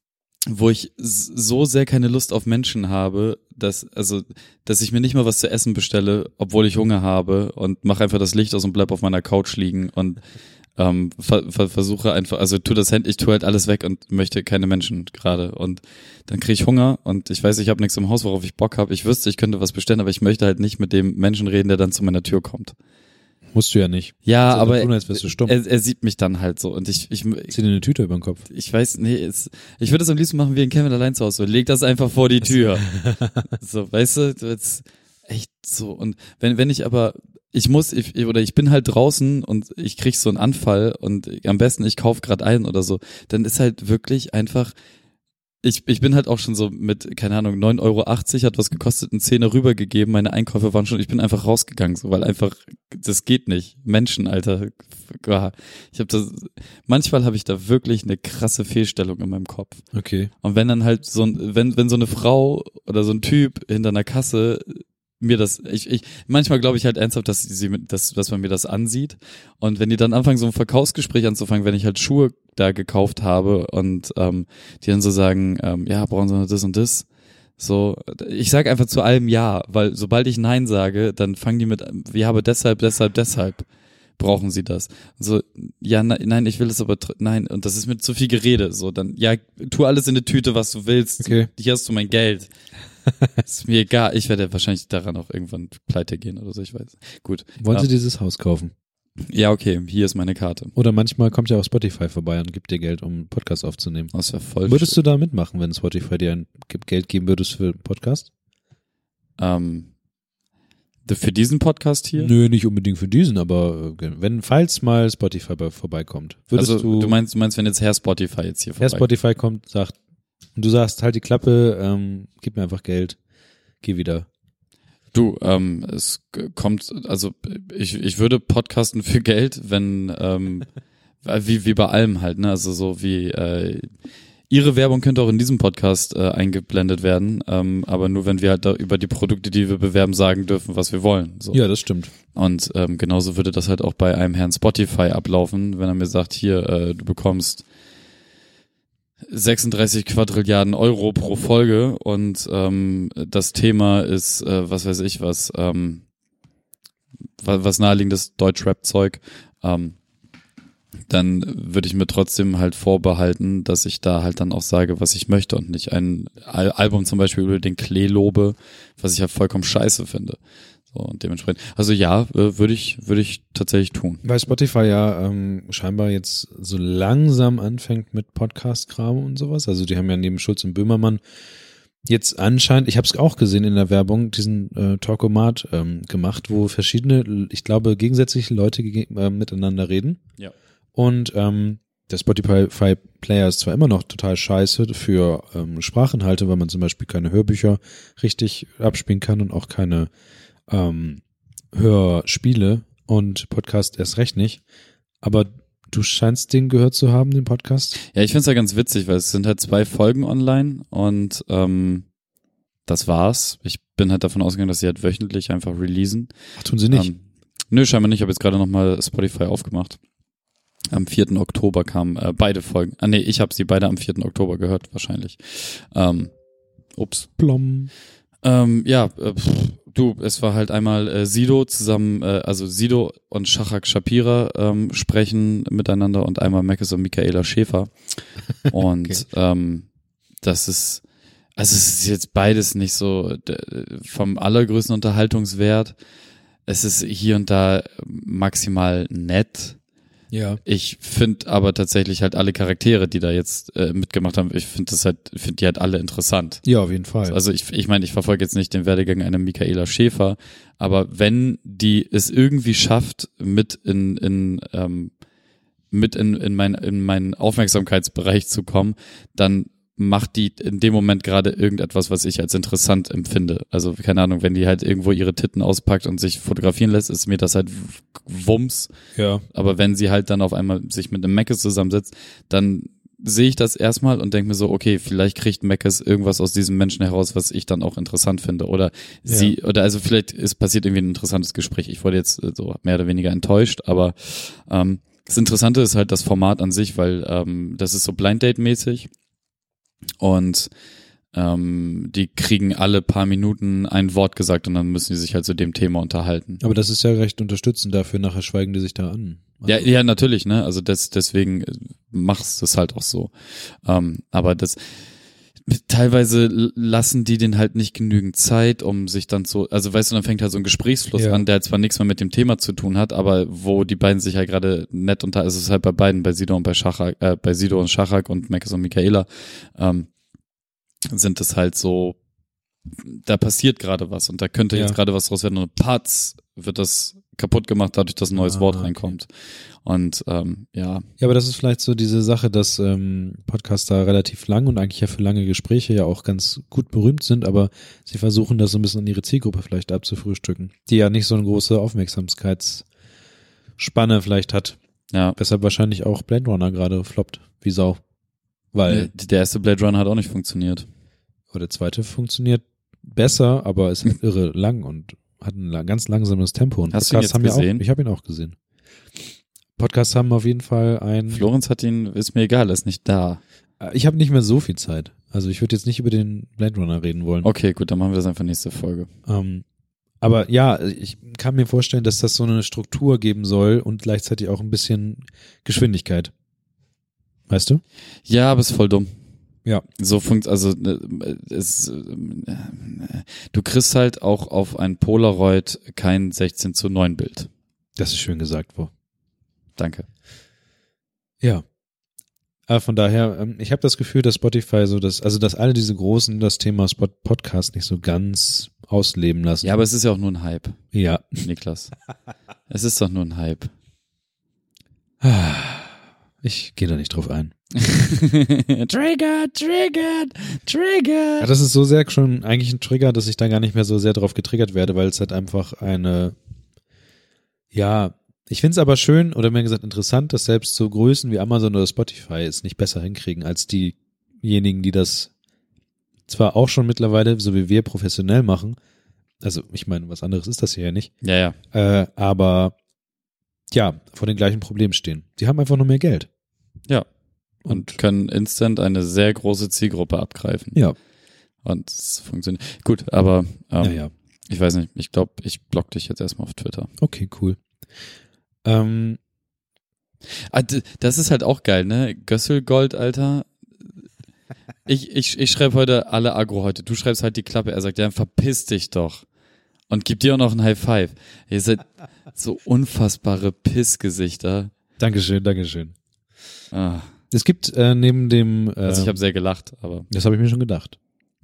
wo ich s- so sehr keine Lust auf Menschen habe, dass, also, dass ich mir nicht mal was zu essen bestelle, obwohl ich Hunger habe und mache einfach das Licht aus und bleib auf meiner Couch liegen und ähm, ver ver versuche einfach, also tu das Handy, ich tue halt alles weg und möchte keine Menschen gerade und dann kriege ich Hunger und ich weiß, ich habe nichts im Haus, worauf ich Bock habe. Ich wüsste, ich könnte was bestellen, aber ich möchte halt nicht mit dem Menschen reden, der dann zu meiner Tür kommt. Musst du ja nicht. Ja, Kannst du aber doch tun, als wärst du stumm. er, er sieht mich dann halt so und ich ich Zieh dir eine Tüte über den Kopf. ich weiß, nee, es, ich würde es am liebsten machen wie in Kevin allein zu Hause. So, leg das einfach vor die Tür. So, weißt du, du jetzt echt so. Und wenn, wenn ich aber, ich muss, ich, oder ich bin halt draußen und ich krieg so einen Anfall und am besten ich kauf grad ein oder so, dann ist halt wirklich einfach, ich, ich bin halt auch schon so mit, keine Ahnung, neun Euro achtzig hat was gekostet, einen Zehner rübergegeben, meine Einkäufe waren schon, ich bin einfach rausgegangen, so, weil einfach, das geht nicht. Menschen, Alter. Ich habe das, manchmal habe ich da wirklich eine krasse Fehlstellung in meinem Kopf. Okay. Und wenn dann halt so ein, wenn, wenn so eine Frau oder so ein Typ hinter einer Kasse mir das, ich, ich, manchmal glaube ich halt ernsthaft, dass sie, dass, dass man mir das ansieht. Und wenn die dann anfangen, so ein Verkaufsgespräch anzufangen, wenn ich halt Schuhe da gekauft habe und ähm, die dann so sagen, ähm, ja, brauchen sie das und das. So, ich sage einfach zu allem ja, weil sobald ich Nein sage, dann fangen die mit, ja, aber deshalb, deshalb, deshalb brauchen sie das. So, ja, ne, nein, ich will es aber, tr- nein, und das ist mir zu viel Gerede. So, dann, ja, tu alles in die Tüte, was du willst. Okay. Hier hast du mein Geld. Ist mir egal. Ich werde wahrscheinlich daran auch irgendwann pleite gehen oder so, ich weiß. Gut. Wollen Ja. sie dieses Haus kaufen? Ja, okay, hier ist meine Karte. Oder manchmal kommt ja auch Spotify vorbei und gibt dir Geld, um einen Podcast aufzunehmen. Das wäre voll Würdest schön. du da mitmachen, wenn Spotify dir ein Geld geben würdest für einen Podcast? Ähm, für diesen Podcast hier? Nö, nicht unbedingt für diesen, aber äh, wenn, falls mal Spotify bei, vorbeikommt, würdest Also du, du meinst, du meinst, wenn jetzt Herr Spotify jetzt hier Herr vorbei. Spotify kommt, sagt, und du sagst, halt die Klappe, ähm, gib mir einfach Geld, geh wieder. Du, ähm, es g- kommt, also ich, ich würde podcasten für Geld, wenn, ähm, wie, wie bei allem halt, ne, also so wie, äh, ihre Werbung könnte auch in diesem Podcast äh, eingeblendet werden, ähm, aber nur wenn wir halt da über die Produkte, die wir bewerben, sagen dürfen, was wir wollen. So. Ja, das stimmt. Und ähm, genauso würde das halt auch bei einem Herrn Spotify ablaufen, wenn er mir sagt, hier, äh, du bekommst sechsunddreißig Quadrilliarden Euro pro Folge und ähm, das Thema ist, äh, was weiß ich was, ähm, was, was naheliegendes Deutschrap-Zeug, ähm, dann würde ich mir trotzdem halt vorbehalten, dass ich da halt dann auch sage, was ich möchte und nicht ein Al- Album zum Beispiel über den Klee lobe, was ich halt vollkommen scheiße finde. So, und dementsprechend, also ja, äh, würde ich, würde ich tatsächlich tun. Weil Spotify ja ähm, scheinbar jetzt so langsam anfängt mit Podcast-Kram und sowas. Also die haben ja neben Schulz und Böhmermann jetzt anscheinend, ich habe es auch gesehen in der Werbung, diesen äh, Talkomat ähm, gemacht, wo verschiedene, ich glaube, gegensätzliche Leute gege- äh, miteinander reden. Ja. Und ähm, der Spotify-Player ist zwar immer noch total scheiße für ähm, Sprachinhalte, weil man zum Beispiel keine Hörbücher richtig abspielen kann und auch keine ähm, Hörspiele und Podcast erst recht nicht. Aber du scheinst den gehört zu haben, den Podcast. Ja, ich find's ja ganz witzig, weil es sind halt zwei Folgen online und ähm, das war's. Ich bin halt davon ausgegangen, dass sie halt wöchentlich einfach releasen. Ach, tun sie nicht. Ähm, nö, scheinbar nicht. Ich habe jetzt gerade nochmal Spotify aufgemacht. Am vierten Oktober kamen äh, beide Folgen. Ah nee, ich habe sie beide am vierten Oktober gehört, wahrscheinlich. Ähm, ups. Plom. Ähm, ja, äh, pff, du, es war halt einmal äh, Sido zusammen, äh, also Sido und Shachak Shapira ähm, sprechen miteinander und einmal Mekes und Michaela Schäfer. Und Okay. ähm, das ist, also es ist jetzt beides nicht so d- vom allergrößten Unterhaltungswert. Es ist hier und da maximal nett. Ja. Ich finde aber tatsächlich halt alle Charaktere, die da jetzt äh, mitgemacht haben, ich finde das halt, finde die halt alle interessant. Ja, auf jeden Fall. Also ich, ich meine, ich verfolge jetzt nicht den Werdegang einer Michaela Schäfer, aber wenn die es irgendwie schafft, mit in, in ähm, mit in, in mein, in meinen Aufmerksamkeitsbereich zu kommen, dann macht die in dem Moment gerade irgendetwas, was ich als interessant empfinde. Also, keine Ahnung, wenn die halt irgendwo ihre Titten auspackt und sich fotografieren lässt, ist mir das halt Wumms. Ja. Aber wenn sie halt dann auf einmal sich mit einem Meckes zusammensetzt, dann sehe ich das erstmal und denke mir so, okay, vielleicht kriegt Meckes irgendwas aus diesem Menschen heraus, was ich dann auch interessant finde. Oder sie, Ja. oder also vielleicht ist passiert irgendwie ein interessantes Gespräch. Ich wurde jetzt so mehr oder weniger enttäuscht, aber ähm, das Interessante ist halt das Format an sich, weil ähm, das ist so Blind Date mäßig. Und ähm, die kriegen alle paar Minuten ein Wort gesagt und dann müssen die sich halt zu dem Thema unterhalten. Aber das ist ja recht unterstützend dafür, nachher schweigen die sich da an. Also, Ja, ja, natürlich, ne? Also das, deswegen machst du es halt auch so. Ähm, aber das teilweise lassen die den halt nicht genügend Zeit, um sich dann so, also weißt du, dann fängt halt so ein Gesprächsfluss Ja. an, der zwar nichts mehr mit dem Thema zu tun hat, aber wo die beiden sich halt gerade nett unter, es ist halt bei beiden, bei Sido und bei Schachak, äh, bei Sido und Schachak und Meckes und Michaela, ähm, sind es halt so, da passiert gerade was und da könnte Ja. jetzt gerade was draus werden und patz wird das kaputt gemacht, dadurch, dass ein neues Ah, Wort okay. reinkommt. Und ähm, ja, Ja, aber das ist vielleicht so diese Sache, dass ähm, Podcaster relativ lang und eigentlich ja für lange Gespräche ja auch ganz gut berühmt sind, aber sie versuchen das so ein bisschen an ihre Zielgruppe vielleicht abzufrühstücken, die ja nicht so eine große Aufmerksamkeitsspanne vielleicht hat. ja. Weshalb wahrscheinlich auch Blade Runner gerade floppt, wie Sau. Weil Der erste Blade Runner hat auch nicht funktioniert. oder der zweite funktioniert besser, aber ist halt irre lang und hat ein la- ganz langsames Tempo. Und Hast du ihn jetzt haben ja gesehen? auch, ich habe ihn auch gesehen. Podcasts haben auf jeden Fall ein, Florenz hat ihn, ist mir egal, ist nicht da. ich habe nicht mehr so viel Zeit. Also ich würde jetzt nicht über den Blade Runner reden wollen. Okay, gut, dann machen wir das einfach nächste Folge. Ähm, aber ja, ich kann mir vorstellen, dass das so eine Struktur geben soll und gleichzeitig auch ein bisschen Geschwindigkeit. Weißt du? Ja, aber ist voll dumm. Ja. So funkt, also äh, es, äh, du kriegst halt auch auf ein Polaroid kein sechzehn zu neun Bild. Das ist schön gesagt, wo. Danke. Ja. Aber von daher, ähm, ich habe das Gefühl, dass Spotify so das, also dass alle diese Großen das Thema Spot Podcast nicht so ganz ausleben lassen. Ja, aber es ist ja auch nur ein Hype, Ja. Niklas. Es ist doch nur ein Hype. Ich gehe da nicht drauf ein. Triggered, triggered, Ja, triggered. das ist so sehr schon eigentlich ein Trigger, dass ich da gar nicht mehr so sehr drauf getriggert werde, weil es halt einfach eine, ja, ich finde es aber schön oder mehr gesagt interessant, dass selbst so Größen wie Amazon oder Spotify es nicht besser hinkriegen als diejenigen, die das zwar auch schon mittlerweile, so wie wir, professionell machen. Also ich meine, was anderes ist das hier ja nicht. Ja, ja. Äh, aber ja, vor den gleichen Problemen stehen. Die haben einfach nur mehr Geld. Ja. Und können instant eine sehr große Zielgruppe abgreifen. Ja. Und es funktioniert. Gut, aber ähm, Ja, ja. ich weiß nicht, ich glaube, ich block dich jetzt erstmal auf Twitter. Okay, cool. Ähm, Ah, d- das ist halt auch geil, ne? Gösselgold, Alter. Ich, ich, ich schreibe heute alle Agro heute. Du schreibst halt die Klappe. Er sagt, ja, verpiss dich doch. Und gib dir auch noch ein High Five. Ihr seid so unfassbare Pissgesichter. Dankeschön, Dankeschön. Ah. Es gibt äh, neben dem, äh, Also ich habe sehr gelacht, aber. das habe ich mir schon gedacht.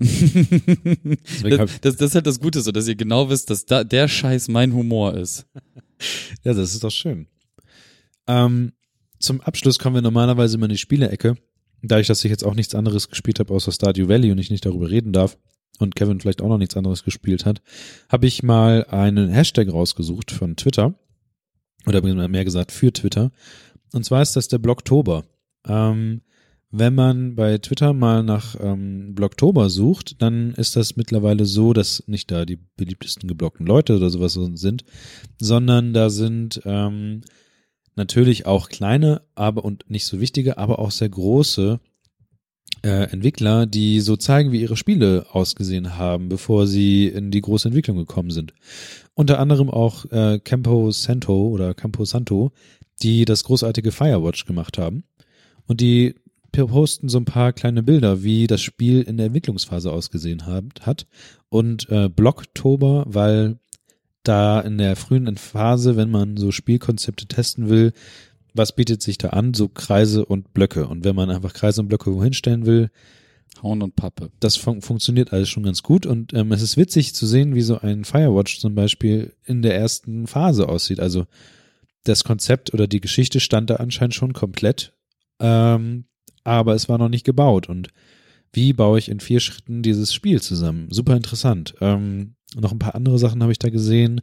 Deswegen hab, das, das, das ist halt das Gute so, dass ihr genau wisst, dass da der Scheiß mein Humor ist. ja, das ist doch schön. Ähm, zum Abschluss kommen wir normalerweise immer in die Spielecke. Dadurch, dass ich jetzt auch nichts anderes gespielt habe außer Stardew Valley und ich nicht darüber reden darf und Kevin vielleicht auch noch nichts anderes gespielt hat, habe ich mal einen Hashtag rausgesucht von Twitter oder mehr gesagt für Twitter. Und zwar ist das der Blocktober. Ähm, wenn man bei Twitter mal nach ähm, Blocktober sucht, dann ist das mittlerweile so, dass nicht da die beliebtesten geblockten Leute oder sowas sind, sondern da sind ähm, natürlich auch kleine, aber und nicht so wichtige, aber auch sehr große äh, Entwickler, die so zeigen, wie ihre Spiele ausgesehen haben, bevor sie in die große Entwicklung gekommen sind. Unter anderem auch äh, Campo Santo oder Campo Santo, die das großartige Firewatch gemacht haben. Und die posten so ein paar kleine Bilder, wie das Spiel in der Entwicklungsphase ausgesehen hat. Und äh, Blocktober, weil da in der frühen Phase, wenn man so Spielkonzepte testen will, was bietet sich da an? So Kreise und Blöcke. Und wenn man einfach Kreise und Blöcke wohin stellen will, Hauen und Pappe. das fun- funktioniert alles schon ganz gut. Und ähm, es ist witzig zu sehen, wie so ein Firewatch zum Beispiel in der ersten Phase aussieht. Also das Konzept oder die Geschichte stand da anscheinend schon komplett, ähm, aber es war noch nicht gebaut. Und wie baue ich in vier Schritten dieses Spiel zusammen? Super interessant. Ähm, noch ein paar andere Sachen habe ich da gesehen.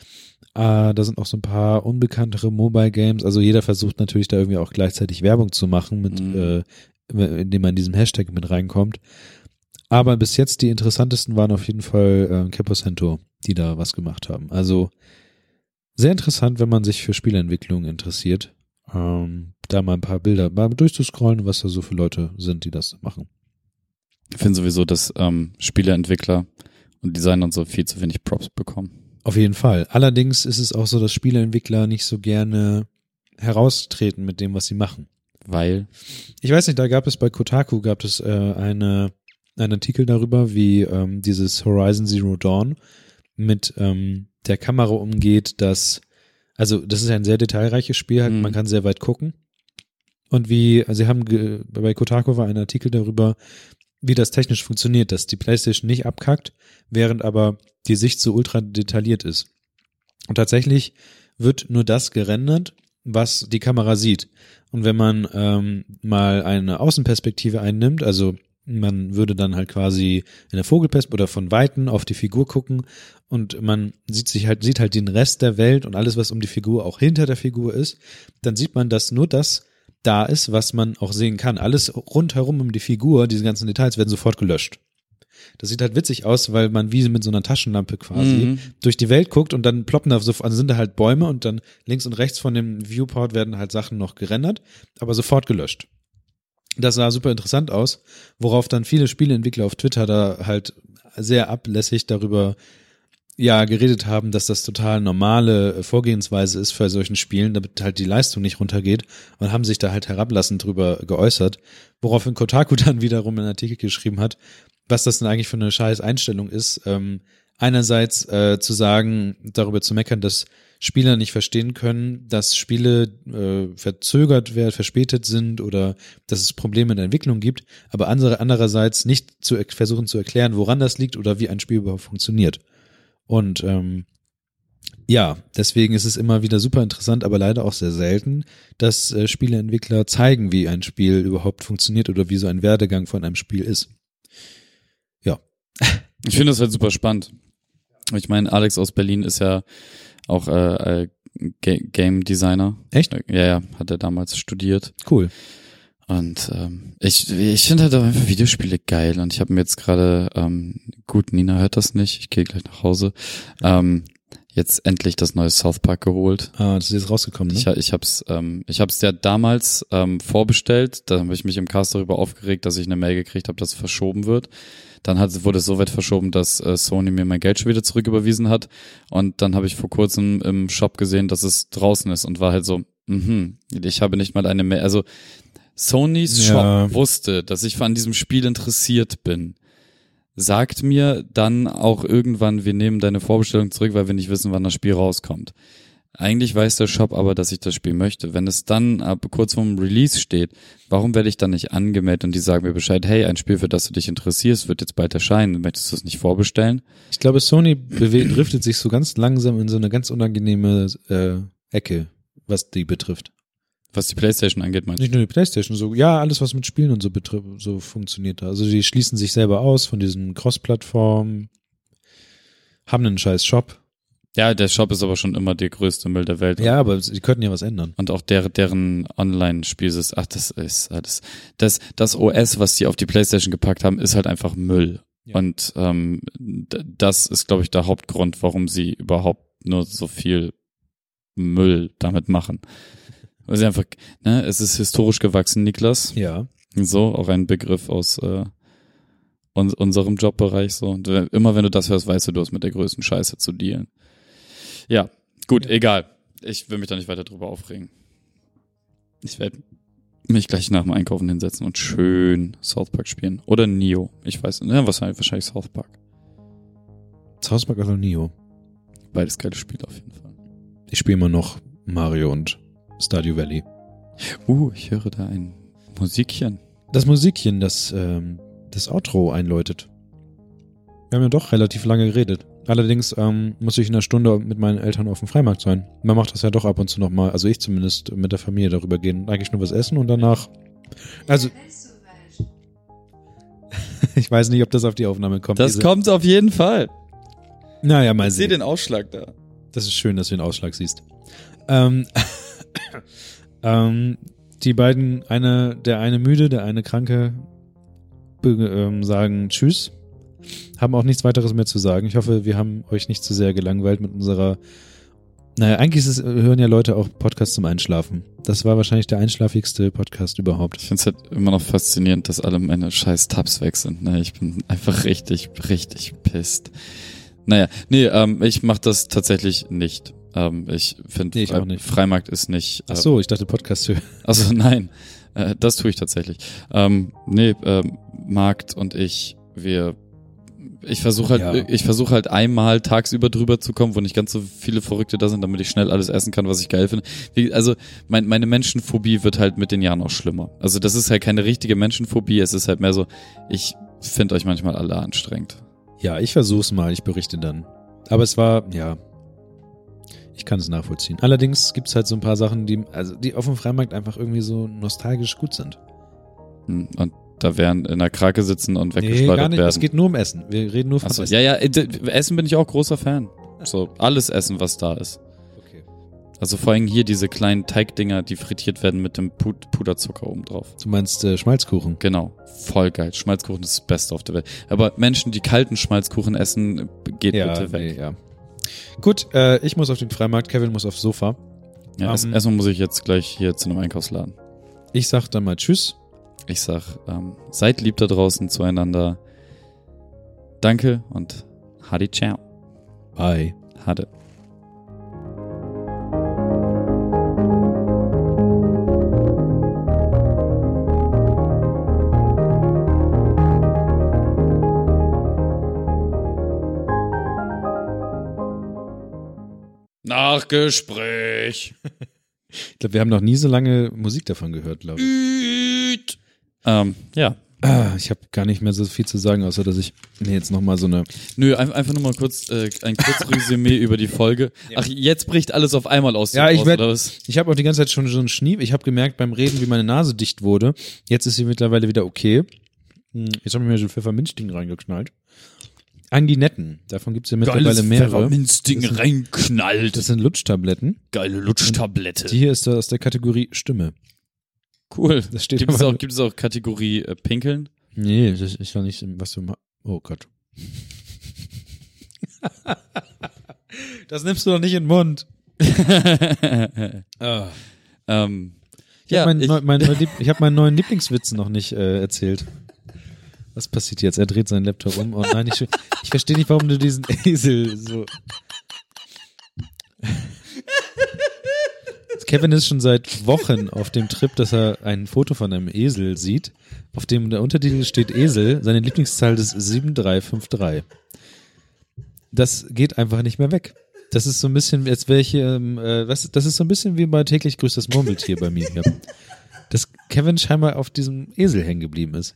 Äh, da sind auch so ein paar unbekanntere Mobile Games. Also jeder versucht natürlich da irgendwie auch gleichzeitig Werbung zu machen, mit, Mhm. äh, indem man in diesem Hashtag mit reinkommt. Aber bis jetzt die interessantesten waren auf jeden Fall äh, Capocento, die da was gemacht haben. Also sehr interessant, wenn man sich für Spieleentwicklung interessiert, ähm, da mal ein paar Bilder mal durchzuscrollen, was da so für Leute sind, die das machen. Ich finde sowieso, dass ähm, Spieleentwickler und Designer und so viel zu wenig Props bekommen. Auf jeden Fall. Allerdings ist es auch so, dass Spieleentwickler nicht so gerne heraustreten mit dem, was sie machen. Weil, Ich weiß nicht, da gab es bei Kotaku gab es äh, eine einen Artikel darüber, wie ähm, dieses Horizon Zero Dawn mit ähm, der Kamera umgeht, dass, also das ist ein sehr detailreiches Spiel, halt, Mhm. man kann sehr weit gucken. Und wie, also sie haben, ge, bei Kotaku war ein Artikel darüber, wie das technisch funktioniert, dass die PlayStation nicht abkackt, während aber die Sicht so ultra detailliert ist. Und tatsächlich wird nur das gerendert, was die Kamera sieht. Und wenn man ähm, mal eine Außenperspektive einnimmt, also man würde dann halt quasi in der Vogelperspektive oder von Weitem auf die Figur gucken und man sieht sich halt, sieht halt den Rest der Welt und alles, was um die Figur auch hinter der Figur ist, dann sieht man, dass nur das da ist, was man auch sehen kann. Alles rundherum um die Figur, diese ganzen Details werden sofort gelöscht. Das sieht halt witzig aus, weil man wie mit so einer Taschenlampe quasi Mhm. durch die Welt guckt und dann ploppen da so, also sind da halt Bäume und dann links und rechts von dem Viewport werden halt Sachen noch gerendert, aber sofort gelöscht. Das sah super interessant aus, worauf dann viele Spieleentwickler auf Twitter da halt sehr ablässig darüber ja geredet haben, dass das total normale Vorgehensweise ist für solchen Spielen, damit halt die Leistung nicht runtergeht und haben sich da halt herablassend drüber geäußert, woraufhin Kotaku dann wiederum einen Artikel geschrieben hat, was das denn eigentlich für eine scheiß Einstellung ist. Ähm, einerseits äh, zu sagen, darüber zu meckern, dass Spieler nicht verstehen können, dass Spiele äh, verzögert werden, verspätet sind oder dass es Probleme in der Entwicklung gibt, aber andere, andererseits nicht zu versuchen zu erklären, woran das liegt oder wie ein Spiel überhaupt funktioniert. Und ähm, ja, deswegen ist es immer wieder super interessant, aber leider auch sehr selten, dass äh, Spieleentwickler zeigen, wie ein Spiel überhaupt funktioniert oder wie so ein Werdegang von einem Spiel ist. Ja. Ich finde das halt super spannend. Ich meine, Alex aus Berlin ist ja auch äh, äh, Ga- Game Designer. Echt? Äh, Ja, ja, hat er damals studiert. Cool. Und ähm, ich ich finde halt auch einfach Videospiele geil. Und ich habe mir jetzt gerade, ähm, gut, Nina hört das nicht, ich gehe gleich nach Hause, ähm, jetzt endlich das neue South Park geholt. Ah, das ist jetzt rausgekommen, ne? Ich, ich hab's, ähm, ich hab's ja damals ähm, vorbestellt, da habe ich mich im Cast darüber aufgeregt, dass ich eine Mail gekriegt habe, dass es verschoben wird. Dann hat, wurde es so weit verschoben, dass äh, Sony mir mein Geld schon wieder zurücküberwiesen hat. Und dann habe ich vor kurzem im Shop gesehen, dass es draußen ist und war halt so, mhm, ich habe nicht mal eine Mail. Also Sonys Ja. Shop wusste, dass ich an diesem Spiel interessiert bin. Sagt mir dann auch irgendwann, wir nehmen deine Vorbestellung zurück, weil wir nicht wissen, wann das Spiel rauskommt. Eigentlich weiß der Shop aber, dass ich das Spiel möchte. Wenn es dann ab kurz vorm Release steht, warum werde ich dann nicht angemeldet und die sagen mir Bescheid, hey, ein Spiel, für das du dich interessierst, wird jetzt bald erscheinen. Möchtest du es nicht vorbestellen? Ich glaube, Sony bewe- driftet sich so ganz langsam in so eine ganz unangenehme äh, Ecke, was die betrifft. Was die PlayStation angeht, meinst du? Nicht nur die PlayStation, so ja, alles was mit Spielen und so betrifft, so funktioniert da. Also die schließen sich selber aus von diesen Cross-Plattformen, haben einen scheiß Shop. Ja, der Shop ist aber schon immer der größte Müll der Welt. Ja, aber sie könnten ja was ändern. Und auch der, deren Online-Spielsystem, ach, das ist alles, das, das O S, was die auf die PlayStation gepackt haben, ist halt einfach Müll. Ja. Und ähm, d- das ist, glaube ich, der Hauptgrund, warum sie überhaupt nur so viel Müll damit machen. Weil sie einfach, ne, es ist historisch gewachsen, Niklas. Ja. So, auch ein Begriff aus äh, uns, unserem Jobbereich. So. Und äh, immer wenn du das hörst, weißt du, du hast mit der größten Scheiße zu dealen. Ja, gut, Ja. egal. Ich will mich da nicht weiter drüber aufregen. Ich werde mich gleich nach dem Einkaufen hinsetzen und schön South Park spielen. Oder Neo. Ich weiß nicht, ja, wahrscheinlich, wahrscheinlich South Park. South Park oder Neo. Beides geile Spiele auf jeden Fall. Ich spiele immer noch Mario und Stardew Valley. Uh, ich höre da ein Musikchen. Das Musikchen, das ähm, das Outro einläutet. Wir haben ja doch relativ lange geredet. Allerdings ähm, muss ich in einer Stunde mit meinen Eltern auf dem Freimarkt sein. Man macht das ja doch ab und zu nochmal, also ich zumindest, mit der Familie darüber gehen. Eigentlich nur was essen und danach... Also, Le bel sauvage. ich weiß nicht, ob das auf die Aufnahme kommt. Das diese- kommt auf jeden Fall. Naja, mal Ich sehe sehen. den Ausschlag da. Das ist schön, dass du den Ausschlag siehst. Ähm, ähm, die beiden, eine, der eine müde, der eine kranke, be- ähm, sagen Tschüss. Haben auch nichts weiteres mehr zu sagen. Ich hoffe, wir haben euch nicht zu sehr gelangweilt mit unserer... Naja, eigentlich ist es, hören ja Leute auch Podcasts zum Einschlafen. Das war wahrscheinlich der einschlafigste Podcast überhaupt. Ich finde es halt immer noch faszinierend, dass alle meine scheiß Tabs weg sind. Ne? Ich bin einfach richtig, richtig pisst. Naja, nee, ähm, ich mache das tatsächlich nicht. Ähm, ich finde, Nee, ich auch nicht. Freimarkt ist nicht... Ach so, ich dachte Podcast hören. Also nein, äh, das tue ich tatsächlich. Ähm, nee, ähm, Markt und ich, wir... Ich versuche halt, Ja. ich versuche halt einmal tagsüber drüber zu kommen, wo nicht ganz so viele Verrückte da sind, damit ich schnell alles essen kann, was ich geil finde. Wie, also mein, meine Menschenphobie wird halt mit den Jahren auch schlimmer. Also das ist halt keine richtige Menschenphobie, es ist halt mehr so, ich finde euch manchmal alle anstrengend. Ja, ich versuch's mal, ich berichte dann. Aber es war, ja, ich kann es nachvollziehen. Allerdings gibt's halt so ein paar Sachen, die, also die auf dem Freimarkt einfach irgendwie so nostalgisch gut sind. Hm, Und da werden in der Krake sitzen und Nee, weggeschleudert gar nicht, werden. es geht nur um Essen. Wir reden nur von Achso, Essen. ja, ja, äh, d- Essen bin ich auch großer Fan. So, alles Essen, was da ist. Okay. Also vor allem hier diese kleinen Teigdinger, die frittiert werden mit dem Pud- Puderzucker oben drauf. Du meinst äh, Schmalzkuchen? Genau, voll geil. Schmalzkuchen ist das Beste auf der Welt. Aber Menschen, die kalten Schmalzkuchen essen, geht bitte weg. Nee, ja. Gut, äh, ich muss auf den Freimarkt, Kevin muss aufs Sofa. Ja, erst, Ähm, erstmal muss ich jetzt gleich hier zu einem Einkaufsladen. Ich sag dann mal Tschüss. Ich sag, ähm, seid lieb da draußen zueinander. Danke und Hadi ciao. Bye. Hade. Nachgespräch. Ich glaube, wir haben noch nie so lange Musik davon gehört, glaube ich. Ähm, ja. Ah, ich habe gar nicht mehr so viel zu sagen, außer dass ich mir jetzt nochmal so eine... Nö, ein, einfach nur mal kurz äh, ein kurzes Resümee über die Folge. Ach, jetzt bricht alles auf einmal aus. Ja, dem ich raus, werd- oder was? Ich habe auch die ganze Zeit schon so einen Schnief. Ich habe gemerkt beim Reden, wie meine Nase dicht wurde. Jetzt ist sie mittlerweile wieder okay. Hm, Jetzt habe ich mir so ein Pfefferminzding reingeknallt. Anginetten, davon gibt es ja mittlerweile mehrere. Pfefferminzding Das- reinknallt. Das sind Lutschtabletten. Geile Lutschtablette. Die hier ist aus der Kategorie Stimme. Cool. Das steht Gibt es aber- auch, gibt es auch Kategorie äh, Pinkeln? Nee, das ist ja nicht, was du ma- Oh Gott. Das nimmst du doch nicht in den Mund. Ah. ähm, Ich ja, habe meinen, ich, neu- meinen, neu- ich hab meinen neuen Lieblingswitz noch nicht äh, erzählt. Was passiert jetzt? Er dreht seinen Laptop um. Oh nein, ich, ich verstehe nicht, warum du diesen Esel so... Kevin ist schon seit Wochen auf dem Trip, dass er ein Foto von einem Esel sieht, auf dem der Untertitel steht Esel, seine Lieblingszahl ist sieben drei fünf drei. Das geht einfach nicht mehr weg. Das ist so ein bisschen, als wäre ich hier, ähm, äh, was, das ist so ein bisschen wie bei täglich grüßt das Murmeltier bei mir hier. Dass Kevin scheinbar auf diesem Esel hängen geblieben ist.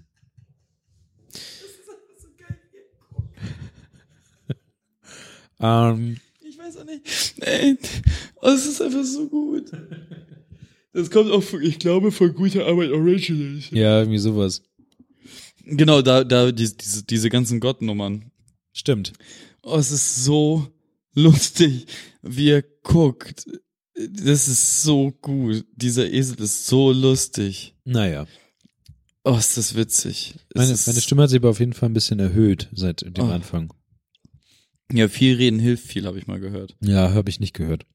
ähm, ich weiß auch nicht. Ey, oh, es ist einfach so gut. Das kommt auch, von, ich glaube, von guter Arbeit Originals. ja, irgendwie sowas. Genau, da, da, die, diese, diese ganzen Gottnummern. Stimmt. Oh, es ist so lustig, wie er guckt. Das ist so gut. Dieser Esel ist so lustig. Naja. Oh, ist das witzig. Es Meine, ist, meine Stimme hat sich aber auf jeden Fall ein bisschen erhöht seit dem Oh. Anfang. Ja, viel reden hilft viel, habe ich mal gehört. Ja, habe ich nicht gehört.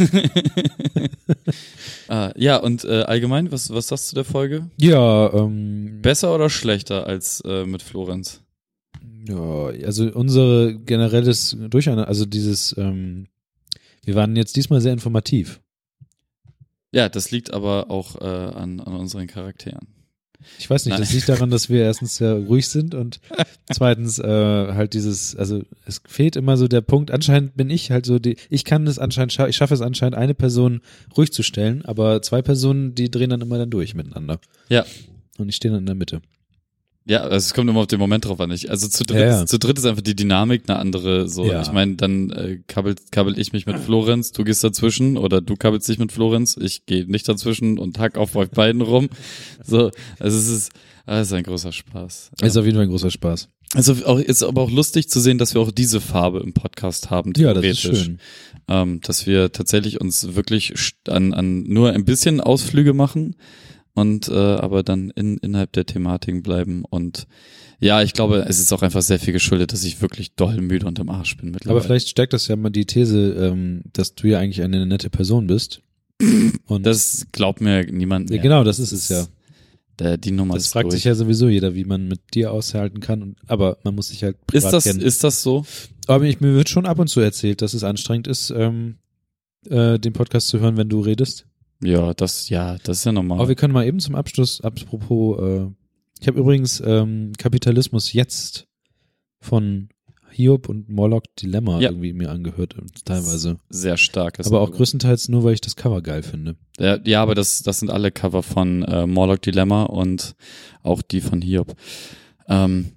ah, ja, und äh, allgemein, was, was sagst du zu der Folge? Ja, ähm, Besser oder schlechter als äh, mit Florenz? ja, also unsere generelles Durcheinander, also dieses, ähm, wir waren jetzt diesmal sehr informativ. Ja, das liegt aber auch äh, an, an unseren Charakteren. Ich weiß nicht, Nein. das liegt daran, dass wir erstens sehr ruhig sind und zweitens äh, halt dieses, also es fehlt immer so der Punkt, anscheinend bin ich halt so, die, ich kann es anscheinend, scha- ich schaffe es anscheinend, eine Person ruhig zu stellen, aber zwei Personen, die drehen dann immer dann durch miteinander. Ja. Und ich stehe dann in der Mitte. Ja, also es kommt immer auf den Moment drauf an. Ich, also zu dritt, Ja, ja. zu dritt ist einfach die Dynamik eine andere. So, Ja. ich meine, dann äh, kabbel, kabbel ich mich mit Florenz, du gehst dazwischen oder du kabbelst dich mit Florenz, ich gehe nicht dazwischen und hack auf euch beiden rum. So, also es ist, es ist ein großer Spaß. Ist auf jeden Fall ein großer Spaß. Also auch, ist aber auch lustig zu sehen, dass wir auch diese Farbe im Podcast haben, Ja, das theoretisch. ist schön. Ähm, dass wir tatsächlich uns wirklich st- an, an nur ein bisschen Ausflüge machen und äh, aber dann in, innerhalb der Thematiken bleiben. Und ja, ich glaube, es ist auch einfach sehr viel geschuldet, dass ich wirklich doll müde und im Arsch bin mittlerweile. Aber vielleicht stärkt das ja mal die These, ähm, dass du ja eigentlich eine nette Person bist. Und Das glaubt mir niemand mehr. ja, genau, das ist es ja. Der, die Nummer Das ist fragt durch. sich ja sowieso jeder, wie man mit dir aushalten kann. Und, aber man muss sich halt privat Ist das, kennen. ist das so? Aber ich, mir wird schon ab und zu erzählt, dass es anstrengend ist, ähm, äh, den Podcast zu hören, wenn du redest. Ja, das, ja, das ist ja normal. Aber wir können mal eben zum Abschluss, apropos, äh, ich habe übrigens ähm, Kapitalismus jetzt von Hiob und Morlock Dilemma Ja. irgendwie mir angehört, teilweise. Sehr stark. Aber auch größtenteils nur, weil ich das Cover geil finde. Ja, ja, aber das, das sind alle Cover von äh, Morlock Dilemma und auch die von Hiob. Ähm,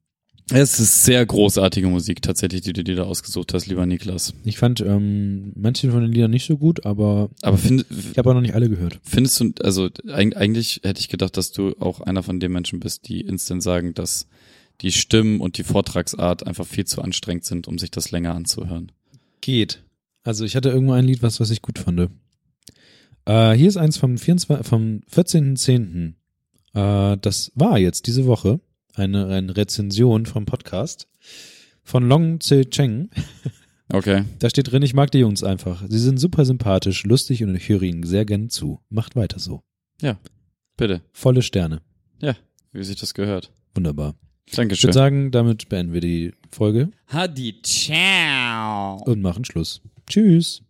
es ist sehr großartige Musik tatsächlich, die du dir da ausgesucht hast, lieber Niklas. Ich fand ähm, manche von den Liedern nicht so gut, aber Aber find, ich habe auch noch nicht alle gehört. findest du, also eig- eigentlich hätte ich gedacht, dass du auch einer von den Menschen bist, die instant sagen, dass die Stimmen und die Vortragsart einfach viel zu anstrengend sind, um sich das länger anzuhören. Geht. Also ich hatte irgendwo ein Lied, was, was ich gut fand. Äh, hier ist eins vom, vierundzwanzigsten vom vierzehnten zehnten Äh, das war jetzt diese Woche eine, eine Rezension vom Podcast von Long Tse Cheng. Okay. Da steht drin, ich mag die Jungs einfach. Sie sind super sympathisch, lustig und ich höre ihnen sehr gern zu. Macht weiter so. Bitte. Volle Sterne. Wie sich das gehört. Wunderbar. Ich Dankeschön. würde sagen, damit beenden wir die Folge Hadi, ciao. und machen Schluss. Tschüss.